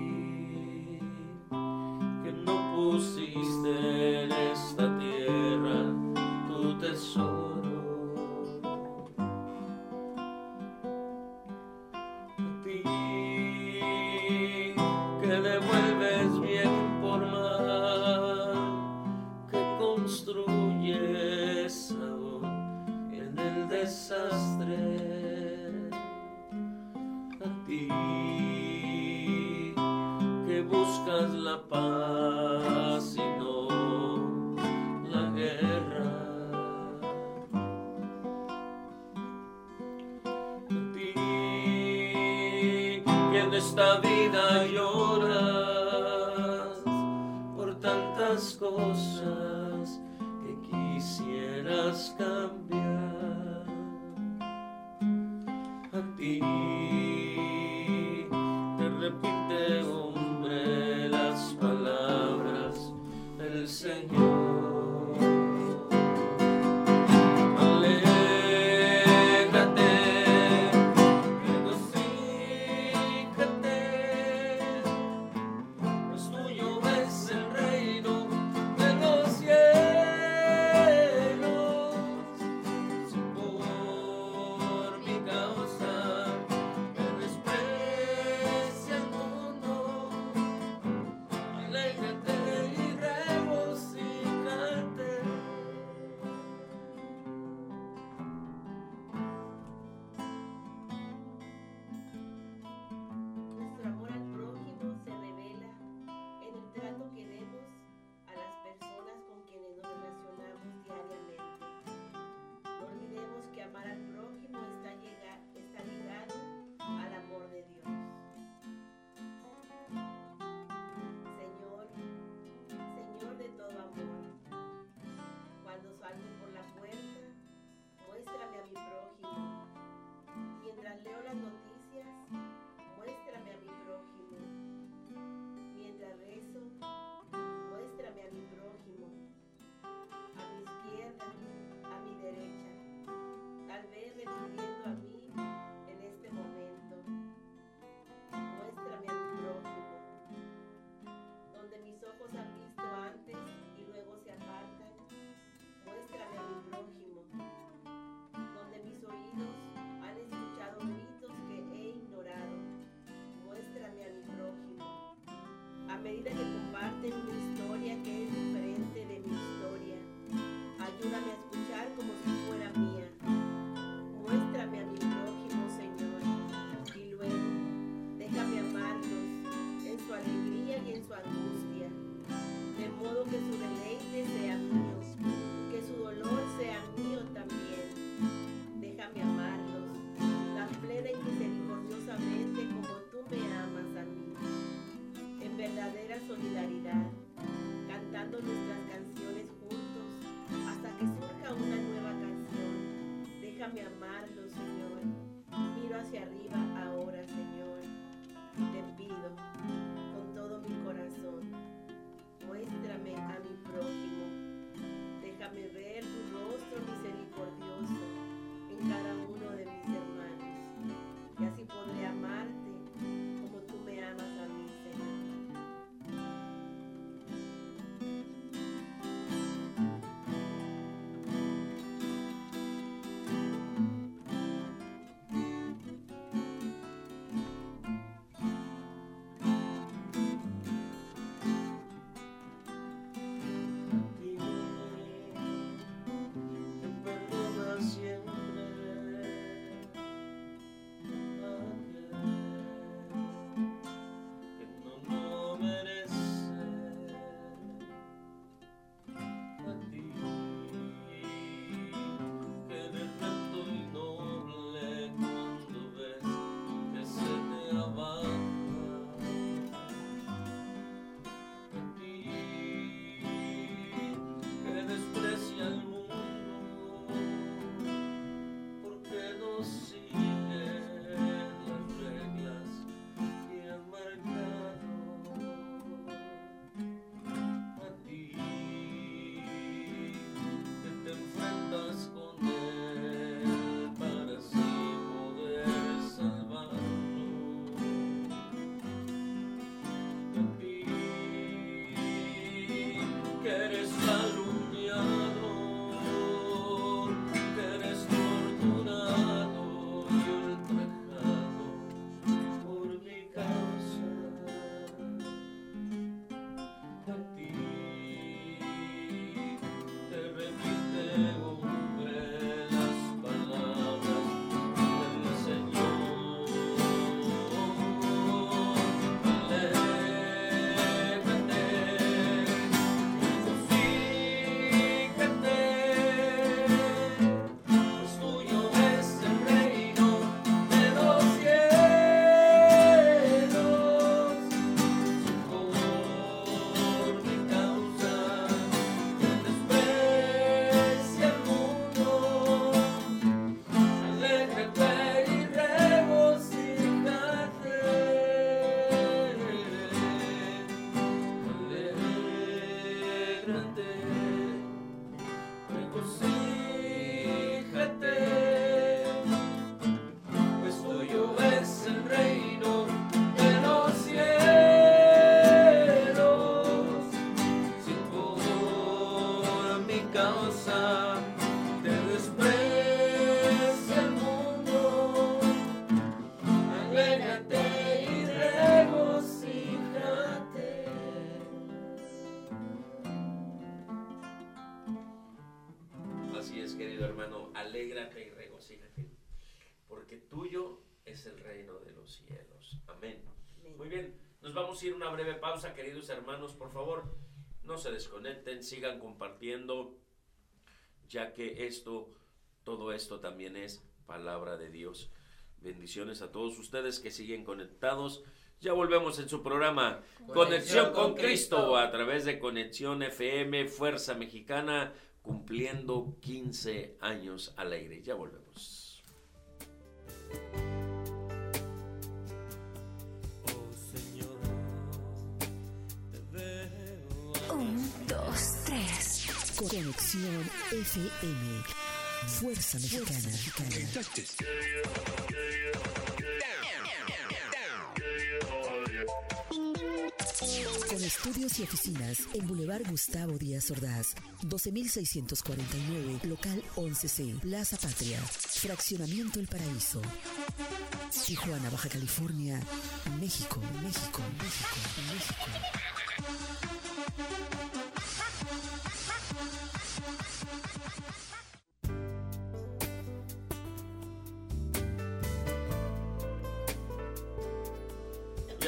que no pusiste en esta tierra tu tesoro, a ti que devuelves bien por mal, que construyes aún en el desastre, a ti que buscas la paz y no medida que comparten una historia que es diferente de mi historia. Ayúdame a escuchar como si fuera mía. Muéstrame a mi prójimo, Señor, y luego déjame amarlos en su alegría y en su angustia, de modo que su deleite sea mío, que su dolor sea mío también. Déjame amarlos tan plena y misericordiosamente como tú me amas a mí, en verdadera solidaridad, cantando nuestras canciones juntos hasta que surja una nueva canción. Déjame amarlos, Señor. Miro hacia arriba ahora, Señor, y te pido con todo mi corazón, muéstrame a mi prójimo. Déjame ver tu rostro misericordioso en cada uno de mis hermanos, y así podré amarte como tú me amas a mí, Señor. Alégrate y regocíjate, porque tuyo es el reino de los cielos. Amén. Amén. Muy bien, nos vamos a ir a una breve pausa, queridos hermanos. Por favor, no se desconecten, sigan compartiendo, ya que esto, todo esto también es palabra de Dios. Bendiciones a todos ustedes que siguen conectados. Ya volvemos en su programa Conexión, Conexión con, con Cristo, Cristo a través de Conexión F M, Fuerza Mexicana, cumpliendo quince años al aire. Ya volvemos. Oh Señor, te veo. Un, dos, tres. Conexión F M, Fuerza Mexicana. Con estudios y oficinas en Boulevard Gustavo Díaz Ordaz, doce mil seiscientos cuarenta y nueve, local once C, Plaza Patria, Fraccionamiento El Paraíso, Tijuana, Baja California, México, México, México, México.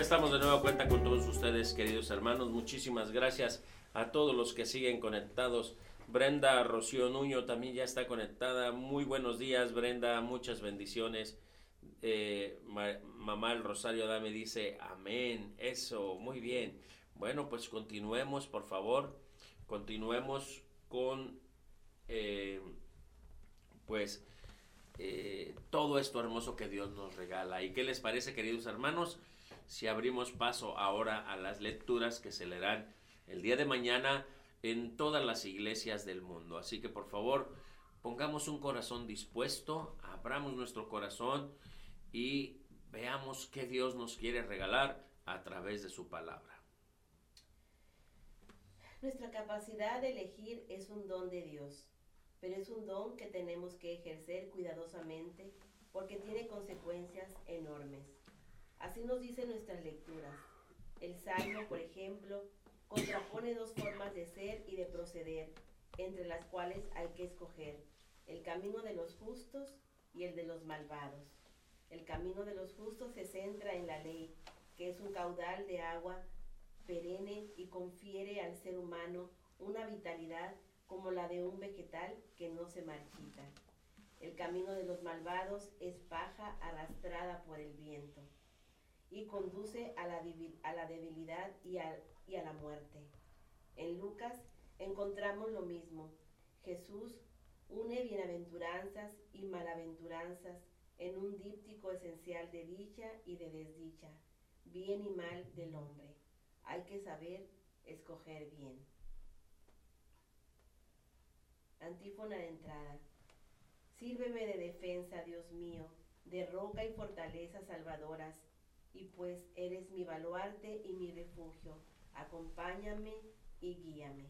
estamos de nueva cuenta con todos ustedes, queridos hermanos. Muchísimas gracias a todos los que siguen conectados. Brenda Rocío Nuño también ya está conectada. Muy buenos días, Brenda, muchas bendiciones. Eh, ma mamá el Rosario Adame dice amén, eso, muy bien. Bueno, pues continuemos, por favor, continuemos con eh, pues eh, todo esto hermoso que Dios nos regala. ¿Y qué les parece, queridos hermanos, si abrimos paso ahora a las lecturas que se leerán el día de mañana en todas las iglesias del mundo? Así que por favor, pongamos un corazón dispuesto, abramos nuestro corazón y veamos qué Dios nos quiere regalar a través de su palabra. Nuestra capacidad de elegir es un don de Dios, pero es un don que tenemos que ejercer cuidadosamente porque tiene consecuencias enormes. Así nos dicen nuestras lecturas. El Salmo, por ejemplo, contrapone dos formas de ser y de proceder, entre las cuales hay que escoger el camino de los justos y el de los malvados. El camino de los justos se centra en la ley, que es un caudal de agua perenne y confiere al ser humano una vitalidad como la de un vegetal que no se marchita. El camino de los malvados es paja arrastrada por el viento y conduce a la, a la debilidad y a, y a la muerte. En Lucas encontramos lo mismo. Jesús une bienaventuranzas y malaventuranzas en un díptico esencial de dicha y de desdicha, bien y mal del hombre. Hay que saber escoger bien. Antífona de entrada. Sírveme de defensa, Dios mío, de roca y fortaleza salvadoras, y pues eres mi baluarte y mi refugio, acompáñame y guíame.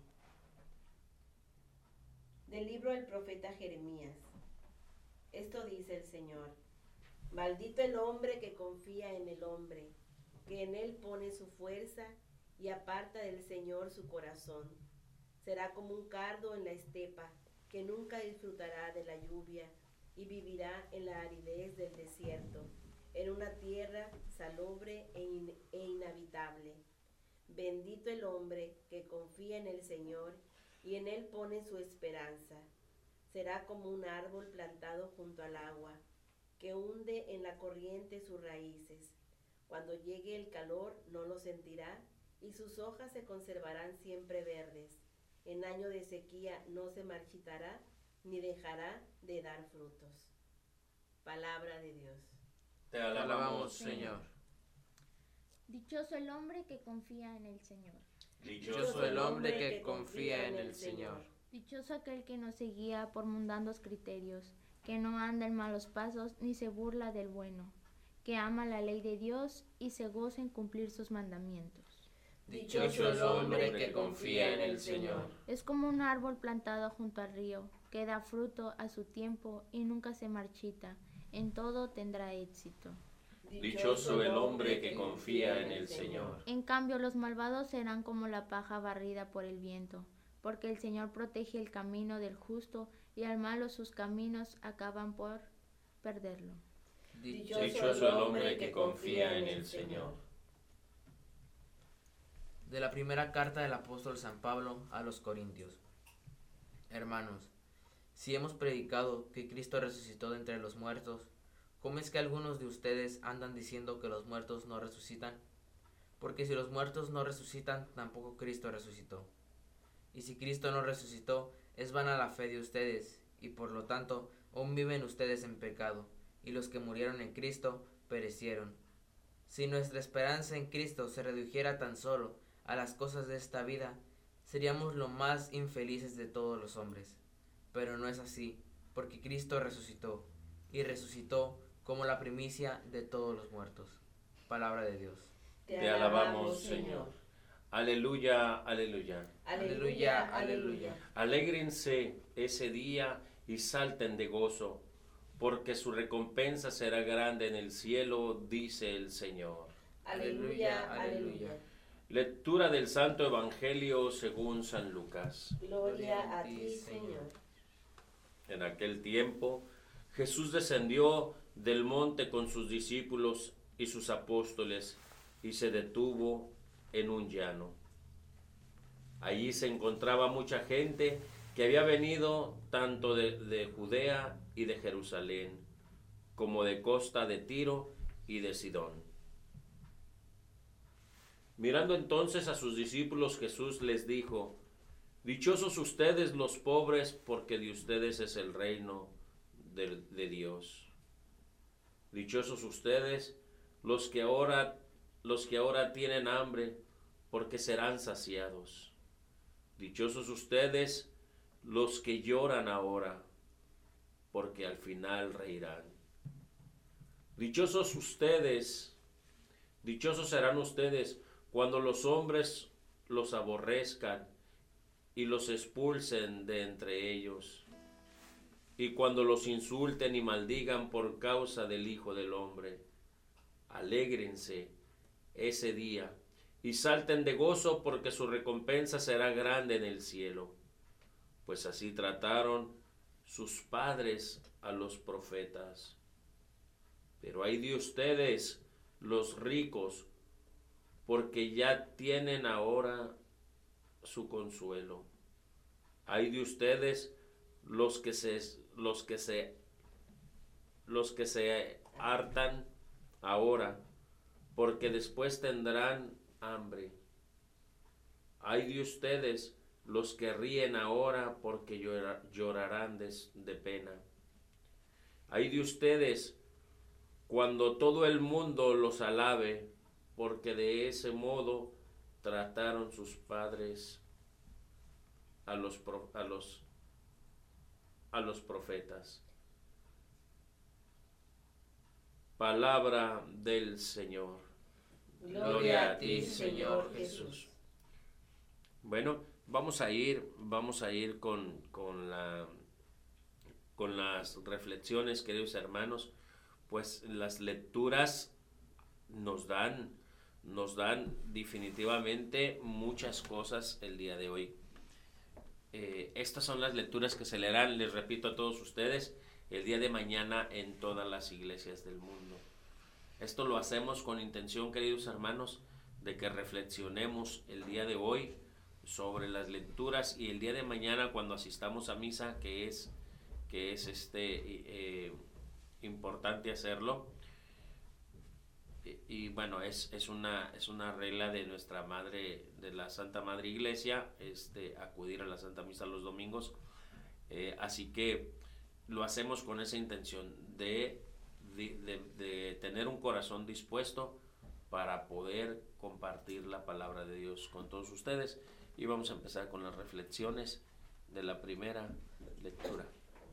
Del libro del profeta Jeremías. Esto dice el Señor: maldito el hombre que confía en el hombre, que en él pone su fuerza y aparta del Señor su corazón. Será como un cardo en la estepa, que nunca disfrutará de la lluvia y vivirá en la aridez del desierto, en una tierra salobre e, in e inhabitable. Bendito el hombre que confía en el Señor y en él pone su esperanza. Será como un árbol plantado junto al agua, que hunde en la corriente sus raíces. Cuando llegue el calor no lo sentirá, y sus hojas se conservarán siempre verdes. En año de sequía no se marchitará, ni dejará de dar frutos. Palabra de Dios. Te alabamos, Señor. Dichoso el hombre que confía en el Señor. Dichoso el hombre que confía en el Señor. Dichoso aquel que no se guía por mundanos criterios, que no anda en malos pasos ni se burla del bueno, que ama la ley de Dios y se goza en cumplir sus mandamientos. Dichoso el hombre que confía en el Señor. Es como un árbol plantado junto al río, que da fruto a su tiempo y nunca se marchita, en todo tendrá éxito. Dichoso el hombre que confía en el Señor. En cambio, los malvados serán como la paja barrida por el viento, porque el Señor protege el camino del justo y al malo sus caminos acaban por perderlo. Dichoso el hombre que confía en el Señor. De la primera carta del apóstol San Pablo a los Corintios. Hermanos, si hemos predicado que Cristo resucitó de entre los muertos, ¿cómo es que algunos de ustedes andan diciendo que los muertos no resucitan? Porque si los muertos no resucitan, tampoco Cristo resucitó. Y si Cristo no resucitó, es vana la fe de ustedes, y por lo tanto, aún viven ustedes en pecado, y los que murieron en Cristo perecieron. Si nuestra esperanza en Cristo se redujera tan solo a las cosas de esta vida, seríamos lo más infelices de todos los hombres. Pero no es así, porque Cristo resucitó, y resucitó como la primicia de todos los muertos. Palabra de Dios. Te alabamos, Señor. Aleluya, aleluya. Aleluya, aleluya. Alégrense ese día y salten de gozo, porque su recompensa será grande en el cielo, dice el Señor. Aleluya, aleluya. Lectura del Santo Evangelio según San Lucas. Gloria a ti, Señor. En aquel tiempo, Jesús descendió del monte con sus discípulos y sus apóstoles, y se detuvo en un llano. Allí se encontraba mucha gente que había venido tanto de, de Judea y de Jerusalén, como de costa de Tiro y de Sidón. Mirando entonces a sus discípulos, Jesús les dijo: dichosos ustedes los pobres, porque de ustedes es el reino de, de Dios. Dichosos ustedes los que ahora, los que ahora tienen hambre, porque serán saciados. Dichosos ustedes los que lloran ahora, porque al final reirán. Dichosos ustedes, dichosos serán ustedes cuando los hombres los aborrezcan y los expulsen de entre ellos, y cuando los insulten y maldigan por causa del Hijo del Hombre. Alégrense ese día y salten de gozo, porque su recompensa será grande en el cielo, pues así trataron sus padres a los profetas. Pero ay de ustedes, los ricos, porque ya tienen ahora su consuelo. Ay de ustedes, los que se, los que se, los que se hartan ahora, porque después tendrán hambre. Ay de ustedes, los que ríen ahora, porque llora, llorarán de, de pena. Ay de ustedes, cuando todo el mundo los alabe, porque de ese modo trataron sus padres a los, a los, a los profetas. Palabra del Señor. Gloria, Gloria a ti, Señor Jesús. Bueno, vamos a ir, vamos a ir con, con, la, con las reflexiones, queridos hermanos. Pues las lecturas nos dan, nos dan definitivamente muchas cosas el día de hoy. Eh, estas son las lecturas que se leerán, les repito a todos ustedes, el día de mañana en todas las iglesias del mundo. Esto lo hacemos con intención, queridos hermanos, de que reflexionemos el día de hoy sobre las lecturas, y el día de mañana cuando asistamos a misa, que es, que es este... Eh, importante hacerlo, y, y bueno, es, es, una, es una regla de nuestra madre, de la Santa Madre Iglesia, este, acudir a la Santa Misa los domingos, eh, así que lo hacemos con esa intención de, de, de, de tener un corazón dispuesto para poder compartir la palabra de Dios con todos ustedes, y vamos a empezar con las reflexiones de la primera lectura.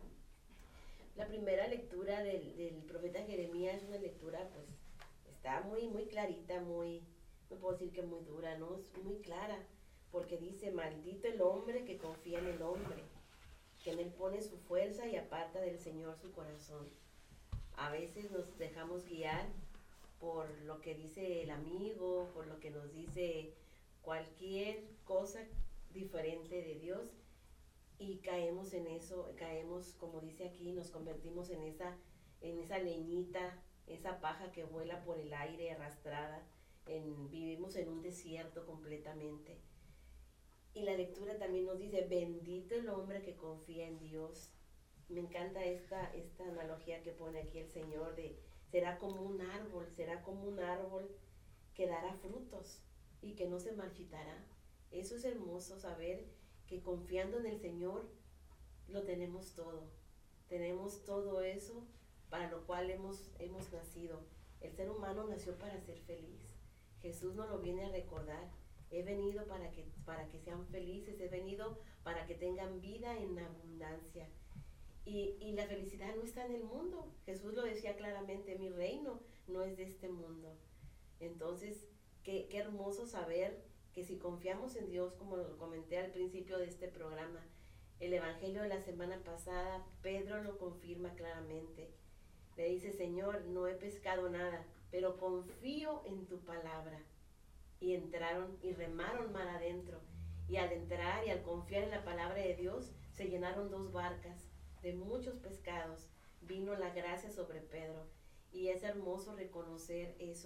La primera lectura del, del profeta Jeremías es una lectura, pues, está muy, muy clarita, muy, no puedo decir que muy dura, ¿no? Es muy clara, porque dice: maldito el hombre que confía en el hombre, que en él pone su fuerza y aparta del Señor su corazón. A veces nos dejamos guiar por lo que dice el amigo, por lo que nos dice cualquier cosa diferente de Dios, y caemos en eso, caemos, como dice aquí, nos convertimos en esa, en esa leñita, esa paja que vuela por el aire arrastrada, en, vivimos en un desierto completamente. Y la lectura también nos dice: bendito el hombre que confía en Dios. Me encanta esta, esta analogía que pone aquí el Señor de: será como un árbol, será como un árbol que dará frutos y que no se marchitará. Eso es hermoso, saber que confiando en el Señor lo tenemos todo. Tenemos todo eso para lo cual hemos, hemos nacido. El ser humano nació para ser feliz. Jesús nos lo viene a recordar. He venido para que, para que sean felices, he venido para que tengan vida en abundancia. Y, y la felicidad no está en el mundo. Jesús lo decía claramente: mi reino no es de este mundo. Entonces, qué, qué hermoso saber que si confiamos en Dios, como lo comenté al principio de este programa, el evangelio de la semana pasada, Pedro lo confirma claramente. Le dice: Señor, no he pescado nada, pero confío en tu palabra. Y entraron y remaron mar adentro. Y al entrar y al confiar en la palabra de Dios, se llenaron dos barcas de muchos pescados. Vino la gracia sobre Pedro. Y es hermoso reconocer eso,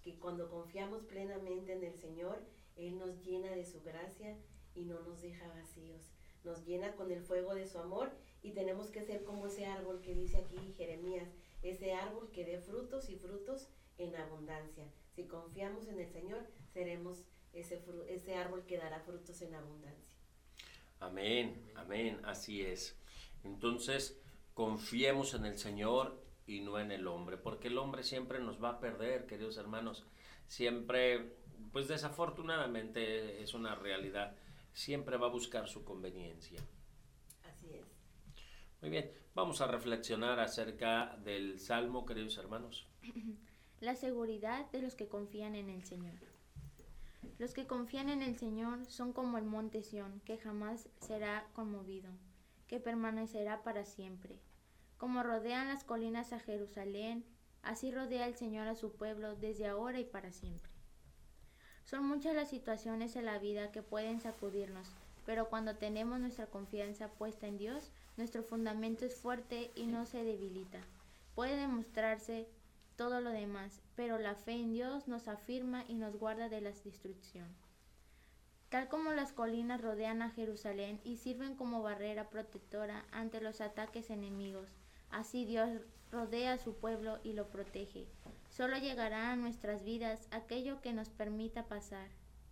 que cuando confiamos plenamente en el Señor, Él nos llena de su gracia y no nos deja vacíos. Nos llena con el fuego de su amor y tenemos que ser como ese árbol que dice aquí Jeremías, ese árbol que dé frutos y frutos en abundancia. Si confiamos en el Señor, seremos ese, fru- ese árbol que dará frutos en abundancia. Amén, amén, así es. Entonces, confiemos en el Señor y no en el hombre, porque el hombre siempre nos va a perder, queridos hermanos. Siempre, pues desafortunadamente es una realidad, siempre va a buscar su conveniencia. Así es. Muy bien, vamos a reflexionar acerca del Salmo, queridos hermanos. La seguridad de los que confían en el Señor. Los que confían en el Señor son como el monte Sión, que jamás será conmovido, que permanecerá para siempre. Como rodean las colinas a Jerusalén, así rodea el Señor a su pueblo desde ahora y para siempre. Son muchas las situaciones en la vida que pueden sacudirnos, pero cuando tenemos nuestra confianza puesta en Dios, nuestro fundamento es fuerte y no se debilita. Puede demostrarse todo lo demás, pero la fe en Dios nos afirma y nos guarda de la destrucción. Tal como las colinas rodean a Jerusalén y sirven como barrera protectora ante los ataques enemigos, así Dios rodea a su pueblo y lo protege. Solo llegará a nuestras vidas aquello que nos permita pasar.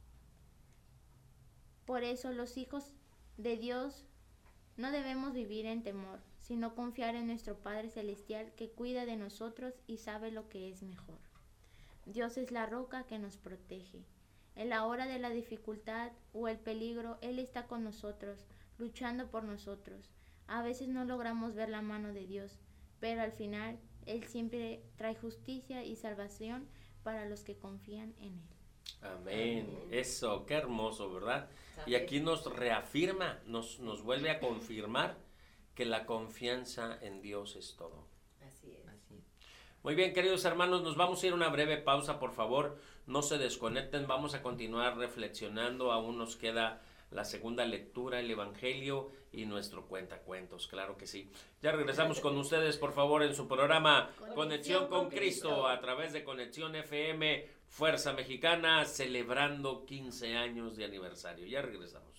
Por eso los hijos de Dios no debemos vivir en temor, sino confiar en nuestro Padre Celestial que cuida de nosotros y sabe lo que es mejor. Dios es la roca que nos protege. En la hora de la dificultad o el peligro, Él está con nosotros, luchando por nosotros. A veces no logramos ver la mano de Dios, pero al final Él siempre trae justicia y salvación para los que confían en Él. Amén. Amén. Eso, qué hermoso, ¿verdad? Y aquí nos reafirma, nos, nos vuelve a confirmar que la confianza en Dios es todo. Así es. Así es. Muy bien, queridos hermanos, nos vamos a ir a una breve pausa, por favor, no se desconecten, vamos a continuar reflexionando, aún nos queda la segunda lectura, el Evangelio y nuestro cuentacuentos, claro que sí. Ya regresamos con ustedes, por favor, en su programa Conexión con Cristo, a través de Conexión F M, Fuerza Mexicana, celebrando quince años de aniversario. Ya regresamos.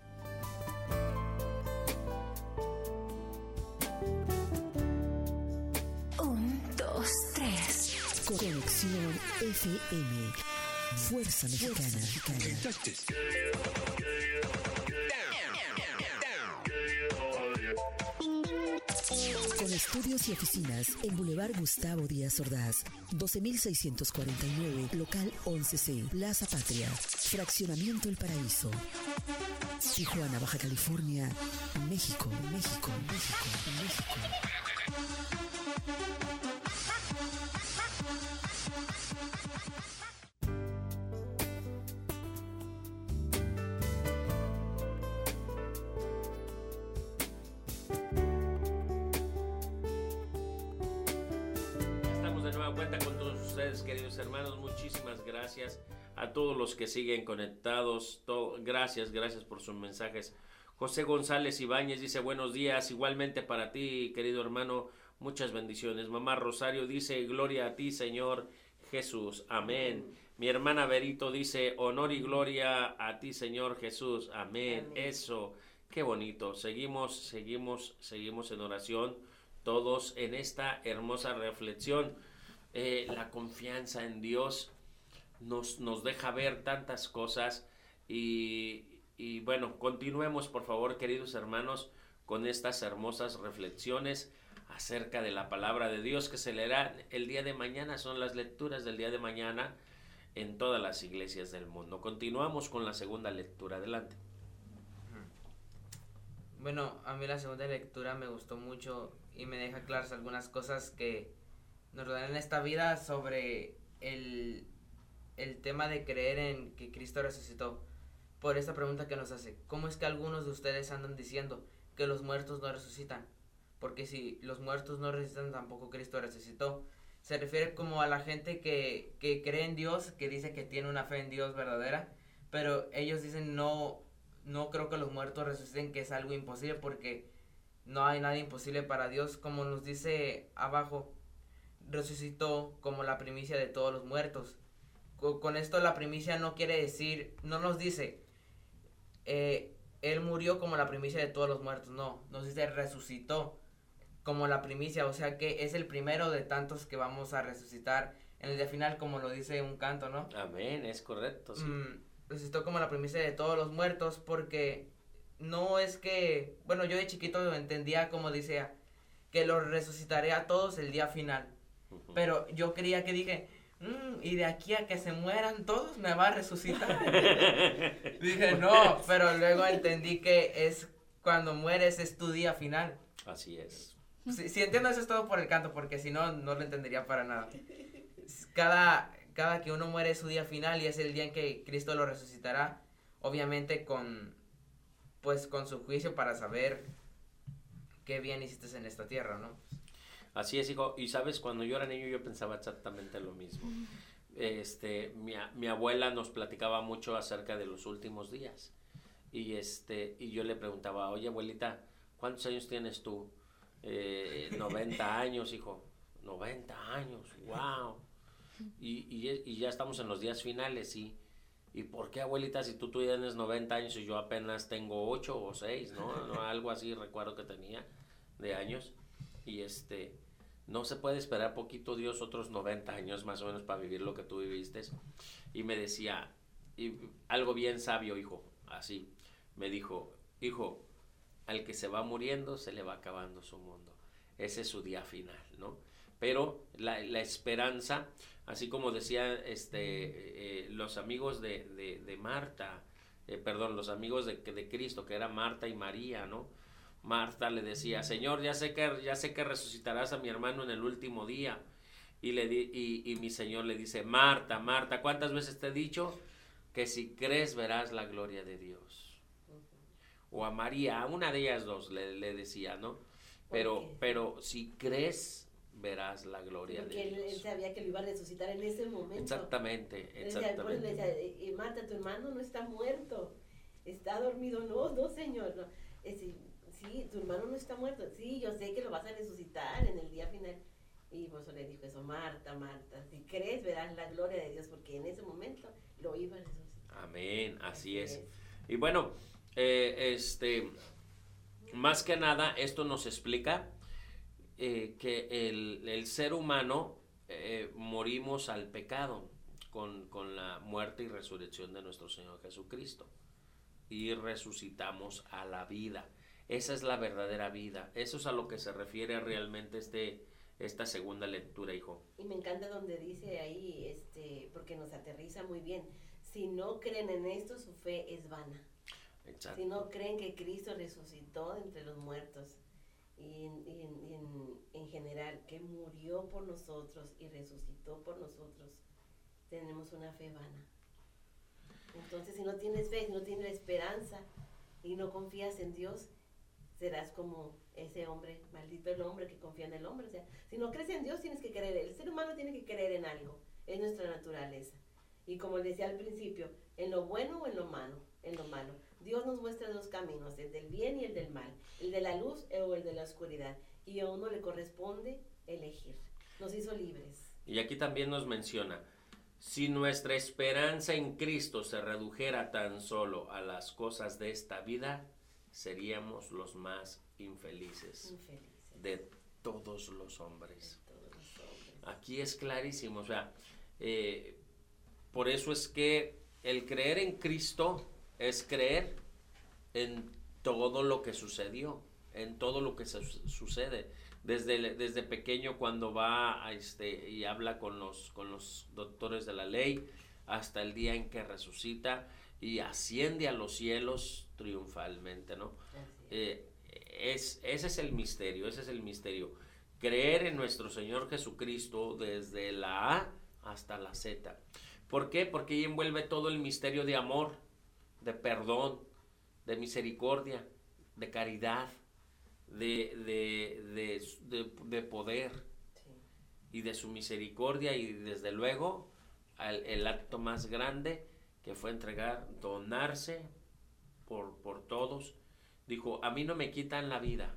Un, dos, tres. Conexión F M. Fuerza Mexicana. Con estudios y oficinas en Boulevard Gustavo Díaz Ordaz, doce mil seiscientos cuarenta y nueve, local once C, Plaza Patria, Fraccionamiento El Paraíso. Tijuana, Baja California, México, México, México, México. Cuenta con todos ustedes, queridos hermanos, muchísimas gracias a todos los que siguen conectados, todo, gracias, gracias por sus mensajes. José González Ibáñez dice buenos días, igualmente para ti, querido hermano, muchas bendiciones. Mamá Rosario dice gloria a ti, Señor Jesús, amén. Mi hermana Berito dice honor y gloria a ti, Señor Jesús, amén. Amén. Eso, qué bonito, seguimos, seguimos, seguimos en oración, todos en esta hermosa reflexión. Eh, la confianza en Dios nos, nos deja ver tantas cosas y, y bueno, continuemos por favor, queridos hermanos, con estas hermosas reflexiones acerca de la palabra de Dios que se leerá el día de mañana, son las lecturas del día de mañana en todas las iglesias del mundo. Continuamos con la segunda lectura, adelante. Bueno, a mí la segunda lectura me gustó mucho y me deja claras algunas cosas que nos rodean en esta vida sobre el, el tema de creer en que Cristo resucitó. Por esta pregunta que nos hace, ¿cómo es que algunos de ustedes andan diciendo que los muertos no resucitan? Porque si los muertos no resucitan, tampoco Cristo resucitó. Se refiere como a la gente que, que cree en Dios, que dice que tiene una fe en Dios verdadera, pero ellos dicen no, no creo que los muertos resuciten, que es algo imposible porque no hay nada imposible para Dios, como nos dice abajo, resucitó como la primicia de todos los muertos. co- con esto la primicia no quiere decir, no nos dice, eh, él murió como la primicia de todos los muertos, no, nos dice resucitó como la primicia, o sea que es el primero de tantos que vamos a resucitar en el día final, como lo dice un canto, ¿no? Amén, es correcto, sí. Mm, resucitó como la primicia de todos los muertos, porque no es que, bueno, yo de chiquito entendía como dice, que los resucitaré a todos el día final, Ujú. pero yo creía que dije, "Mm, y de aquí a que se mueran todos me va a resucitar". Dije, no, pero luego entendí que es cuando mueres es tu día final. Así es. Si, si entiendo eso es todo por el canto, porque si no, no lo entendería para nada. Cada, cada que uno muere es su día final y es el día en que Cristo lo resucitará, obviamente con, pues, con su juicio para saber qué bien hiciste en esta tierra, ¿no? Así es, hijo. Y sabes, cuando yo era niño yo pensaba exactamente lo mismo. Este, mi, a- mi abuela nos platicaba mucho acerca de los últimos días. Y este, y yo le preguntaba, oye abuelita, ¿cuántos años tienes tú? Eh, noventa años, hijo. noventa años, wow. Y, y, y ya estamos en los días finales, ¿y, ¿y por qué, abuelita, si tú, tú tienes noventa años y yo apenas tengo ocho o seis, ¿no? ¿no? Algo así recuerdo que tenía de años. Y este, no se puede esperar poquito Dios otros noventa años más o menos para vivir lo que tú viviste. Y me decía, y algo bien sabio, hijo, así, me dijo, hijo, al que se va muriendo se le va acabando su mundo. Ese es su día final, ¿no? Pero la, la esperanza, así como decía este, eh, los amigos de, de, de Marta, eh, perdón, los amigos de, de Cristo, que eran Marta y María, ¿no? Marta le decía, Señor, ya sé que, ya sé que resucitarás a mi hermano en el último día. Y, le di, y, y mi Señor le dice, Marta, Marta, ¿cuántas veces te he dicho que si crees verás la gloria de Dios? O a María, a una de ellas dos le, le decía, ¿no? Pero, Porque- pero si crees verás la gloria Porque de él, él Dios. sabía que lo iba a resucitar en ese momento. Exactamente, Él decía, por eso le decía, exactamente. "Eh, eh, Marta, tu hermano no está muerto, está dormido". No, no, Señor, no. Es decir, sí, tu hermano no está muerto, sí, yo sé que lo vas a resucitar en el día final. Y por eso le dijo eso, Marta, Marta, si crees verás la gloria de Dios, porque en ese momento lo iba a resucitar. Amén, así es. Y bueno, eh, este, más que nada, esto nos explica eh, que el, el ser humano eh, morimos al pecado con, con la muerte y resurrección de nuestro Señor Jesucristo y resucitamos a la vida. Esa es la verdadera vida. Eso es a lo que se refiere realmente este, esta segunda lectura, hijo. Y me encanta donde dice ahí, este, porque nos aterriza muy bien, si no creen en esto, su fe es vana. Exacto. Si no creen que Cristo resucitó de entre los muertos y, en, y en- y en- en general que murió por nosotros y resucitó por nosotros, tenemos una fe vana. Entonces, si no tienes fe, si no tienes esperanza y no confías en Dios, serás como ese hombre, maldito el hombre que confía en el hombre. O sea, si no crees en Dios, tienes que creer. El ser humano tiene que creer en algo, es nuestra naturaleza. Y como decía al principio, en lo bueno o en lo malo, en lo malo. Dios nos muestra dos caminos, el del bien y el del mal, el de la luz o el de la oscuridad. Y a uno le corresponde elegir. Nos hizo libres. Y aquí también nos menciona, si nuestra esperanza en Cristo se redujera tan solo a las cosas de esta vida, seríamos los más infelices Infelices. de todos los hombres. Todos los hombres. Aquí es clarísimo, o sea, eh, por eso es que el creer en Cristo es creer en todo lo que sucedió, en todo lo que se, sucede. Desde, desde pequeño cuando va a este, y habla con los, con los doctores de la ley, hasta el día en que resucita y asciende a los cielos triunfalmente, ¿no? Así es. Eh, es, ese es el misterio, ese es el misterio. Creer en nuestro Señor Jesucristo desde la A hasta la Z. ¿Por qué? Porque ahí envuelve todo el misterio de amor, de perdón, de misericordia, de caridad, de, de, de, de, de poder Sí. y de su misericordia y desde luego al, el acto más grande que fue entregar, donarse por, por todos. Dijo, a mí no me quitan la vida,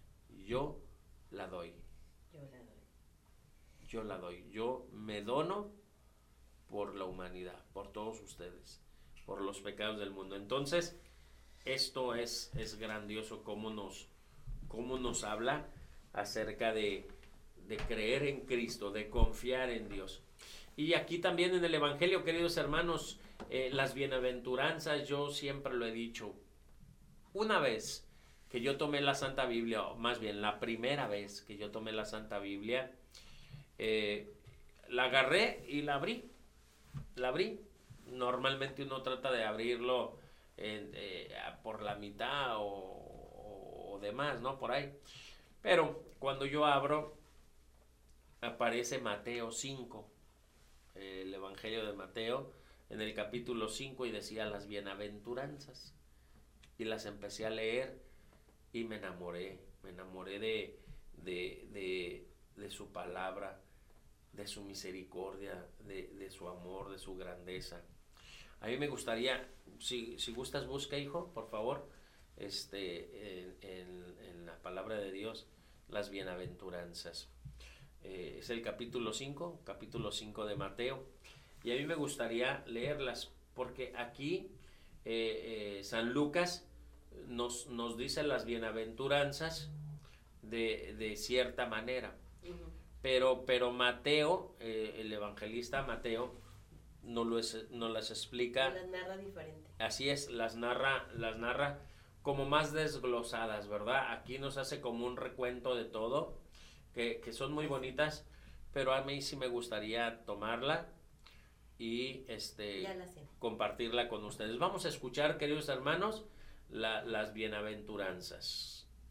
yo la doy, Yo la doy. yo la doy, yo me dono por la humanidad, por todos ustedes, por los pecados del mundo. Entonces, esto es, es grandioso cómo nos, cómo nos habla acerca de, de creer en Cristo, de confiar en Dios. Y aquí también en el Evangelio, queridos hermanos, eh, las bienaventuranzas, yo siempre lo he dicho, una vez que yo tomé la Santa Biblia, o más bien la primera vez que yo tomé la Santa Biblia, eh, la agarré y la abrí, la abrí. Normalmente uno trata de abrirlo en, eh, por la mitad o, o, o demás, ¿no? Por ahí. Pero cuando yo abro, aparece Mateo cinco, eh, el Evangelio de Mateo, en el capítulo cinco, y decía las bienaventuranzas. Y las empecé a leer y me enamoré, me enamoré de, de, de, de su palabra, de su misericordia, de, de su amor, de su grandeza. A mí me gustaría, si, si gustas, busca, hijo, por favor, este, en, en, en la palabra de Dios, las bienaventuranzas. Eh, es el capítulo cinco, capítulo cinco de Mateo, y a mí me gustaría leerlas, porque aquí eh, eh, San Lucas nos, nos dice las bienaventuranzas de, de cierta manera. Uh-huh. Pero, pero Mateo, eh, el evangelista Mateo, no, lo es, no las explica. Las narra diferente. Así es, las narra, las narra como más desglosadas, ¿verdad? Aquí nos hace como un recuento de todo, que, que son muy bonitas, pero a mí sí me gustaría tomarla y este compartirla con ustedes. Vamos a escuchar, queridos hermanos, la, las bienaventuranzas.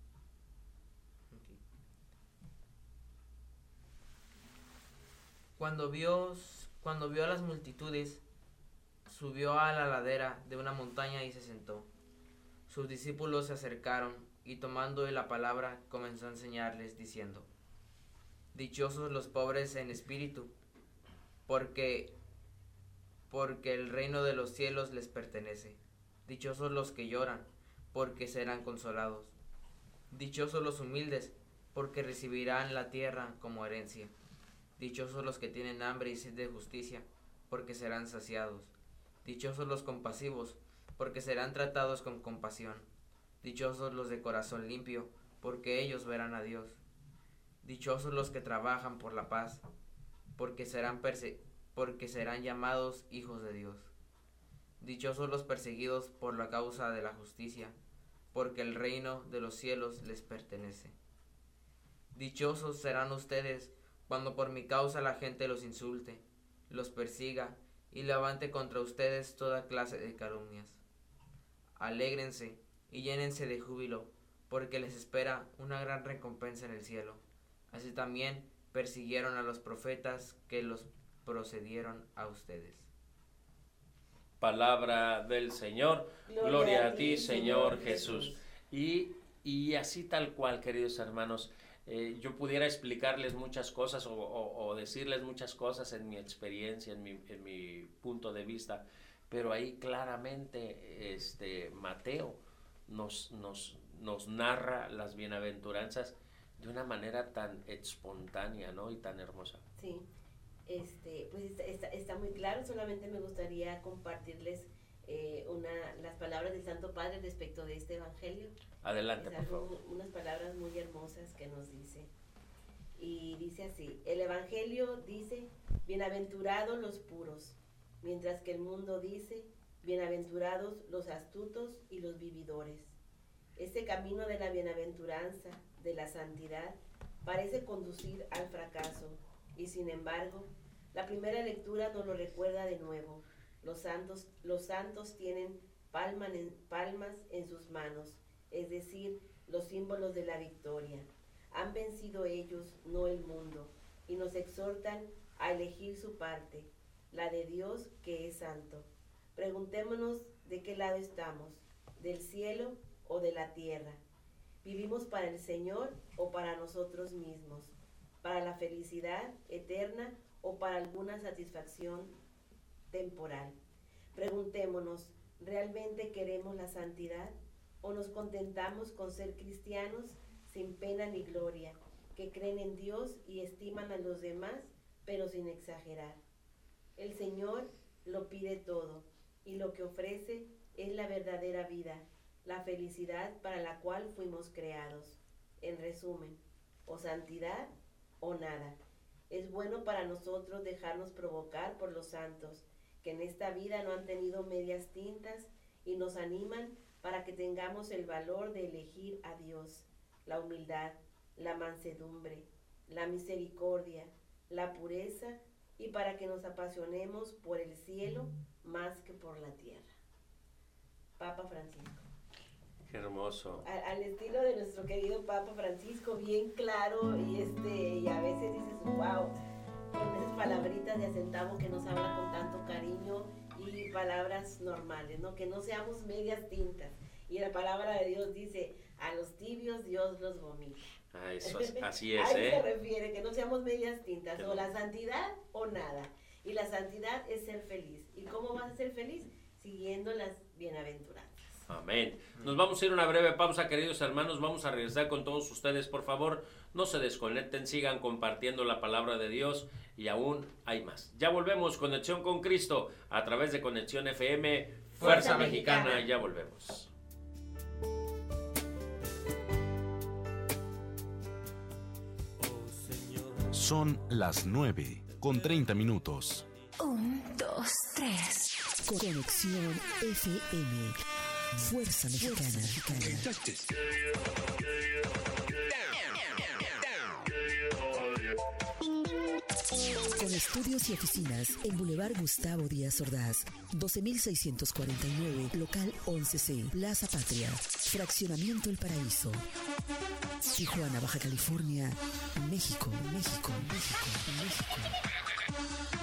Cuando vio, cuando vio a las multitudes, subió a la ladera de una montaña y se sentó. Sus discípulos se acercaron y tomando la palabra comenzó a enseñarles diciendo: Dichosos los pobres en espíritu, porque, porque el reino de los cielos les pertenece. Dichosos los que lloran, porque serán consolados. Dichosos los humildes, porque recibirán la tierra como herencia. Dichosos los que tienen hambre y sed de justicia, porque serán saciados. Dichosos los compasivos, porque serán tratados con compasión. Dichosos los de corazón limpio, porque ellos verán a Dios. Dichosos los que trabajan por la paz, porque serán, perse- porque serán llamados hijos de Dios. Dichosos los perseguidos por la causa de la justicia, porque el reino de los cielos les pertenece. Dichosos serán ustedes cuando por mi causa la gente los insulte, los persiga y levante contra ustedes toda clase de calumnias. Alégrense y llénense de júbilo, porque les espera una gran recompensa en el cielo. Así también persiguieron a los profetas que los procedieron a ustedes. Palabra del Señor. Gloria, Gloria a ti, Señor Jesús. Jesús. Y, y así tal cual, queridos hermanos, eh, yo pudiera explicarles muchas cosas o, o, o decirles muchas cosas en mi experiencia, en mi, en mi punto de vista, pero ahí claramente este, Mateo nos, nos, nos narra las bienaventuranzas de una manera tan espontánea, ¿no? Y tan hermosa. Sí, este, pues está, está, está muy claro. Solamente me gustaría compartirles eh, una, las palabras del Santo Padre respecto de este Evangelio. Adelante, es por algo, favor. Unas palabras muy hermosas que nos dice. Y dice así: el Evangelio dice, bienaventurados los puros, mientras que el mundo dice, bienaventurados los astutos y los vividores. Este camino de la bienaventuranza, de la santidad, parece conducir al fracaso, y sin embargo, la primera lectura nos lo recuerda de nuevo. Los santos, los santos tienen palmas en, palmas en sus manos, es decir, los símbolos de la victoria. Han vencido ellos, no el mundo, y nos exhortan a elegir su parte, la de Dios que es santo. Preguntémonos de qué lado estamos, del cielo o de la tierra. ¿Vivimos para el Señor o para nosotros mismos? ¿Para la felicidad eterna o para alguna satisfacción temporal? Preguntémonos, ¿realmente queremos la santidad o nos contentamos con ser cristianos sin pena ni gloria, que creen en Dios y estiman a los demás, pero sin exagerar? El Señor lo pide todo, y lo que ofrece es la verdadera vida, la felicidad para la cual fuimos creados. En resumen, o santidad o nada. Es bueno para nosotros dejarnos provocar por los santos, que en esta vida no han tenido medias tintas y nos animan para que tengamos el valor de elegir a Dios, la humildad, la mansedumbre, la misericordia, la pureza y para que nos apasionemos por el cielo más que por la tierra. Papa Francisco. Qué hermoso. Al, al estilo de nuestro querido Papa Francisco, bien claro y este y a veces dices, wow, con esas palabritas de a centavo que nos habla con tanto cariño y palabras normales, ¿no? Que no seamos medias tintas. Y la palabra de Dios dice, a los tibios Dios los vomita. Ah, eso es, así es, A eso ¿eh? se refiere, que no seamos medias tintas, Que o no. la santidad o nada. Y la santidad es ser feliz. ¿Y cómo vas a ser feliz? Siguiendo las bienaventuranzas. Amén. Nos vamos a ir a una breve pausa, queridos hermanos. Vamos a regresar con todos ustedes. Por favor, no se desconecten, sigan compartiendo la palabra de Dios y aún hay más. Ya volvemos, Conexión con Cristo, a través de Conexión F M, Fuerza, Fuerza Mexicana. Mexicana. Ya volvemos. Oh Señor, Son las nueve con treinta minutos. Un, dos, tres. Conexión F M. Fuerza Mexicana. Con estudios y oficinas en Boulevard Gustavo Díaz Ordaz, doce mil seiscientos cuarenta y nueve, local once C, Plaza Patria, Fraccionamiento El Paraíso. Tijuana, Baja California, México, México, México, México.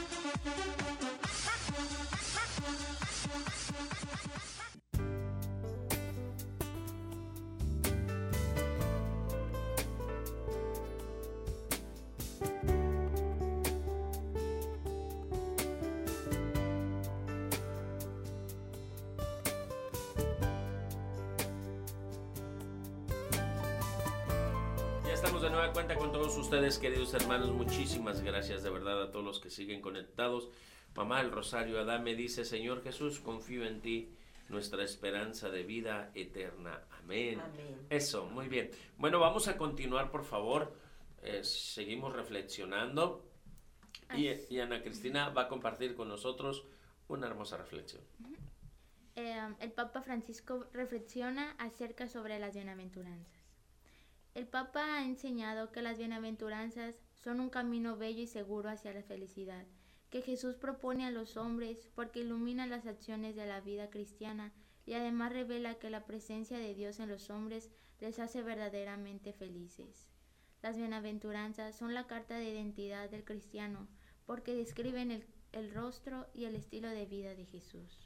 Estamos de nueva cuenta con todos ustedes, queridos hermanos. Muchísimas gracias de verdad a todos los que siguen conectados. Mamá del Rosario Adame dice: Señor Jesús, confío en ti, nuestra esperanza de vida eterna. Amén. Amén. Eso, muy bien. Bueno, vamos a continuar, por favor. Eh, seguimos reflexionando. Y, y Ana Cristina va a compartir con nosotros una hermosa reflexión. Eh, el Papa Francisco reflexiona acerca sobre las bienaventuranzas. El Papa ha enseñado que las bienaventuranzas son un camino bello y seguro hacia la felicidad, que Jesús propone a los hombres porque ilumina las acciones de la vida cristiana y además revela que la presencia de Dios en los hombres les hace verdaderamente felices. Las bienaventuranzas son la carta de identidad del cristiano porque describen el, el rostro y el estilo de vida de Jesús.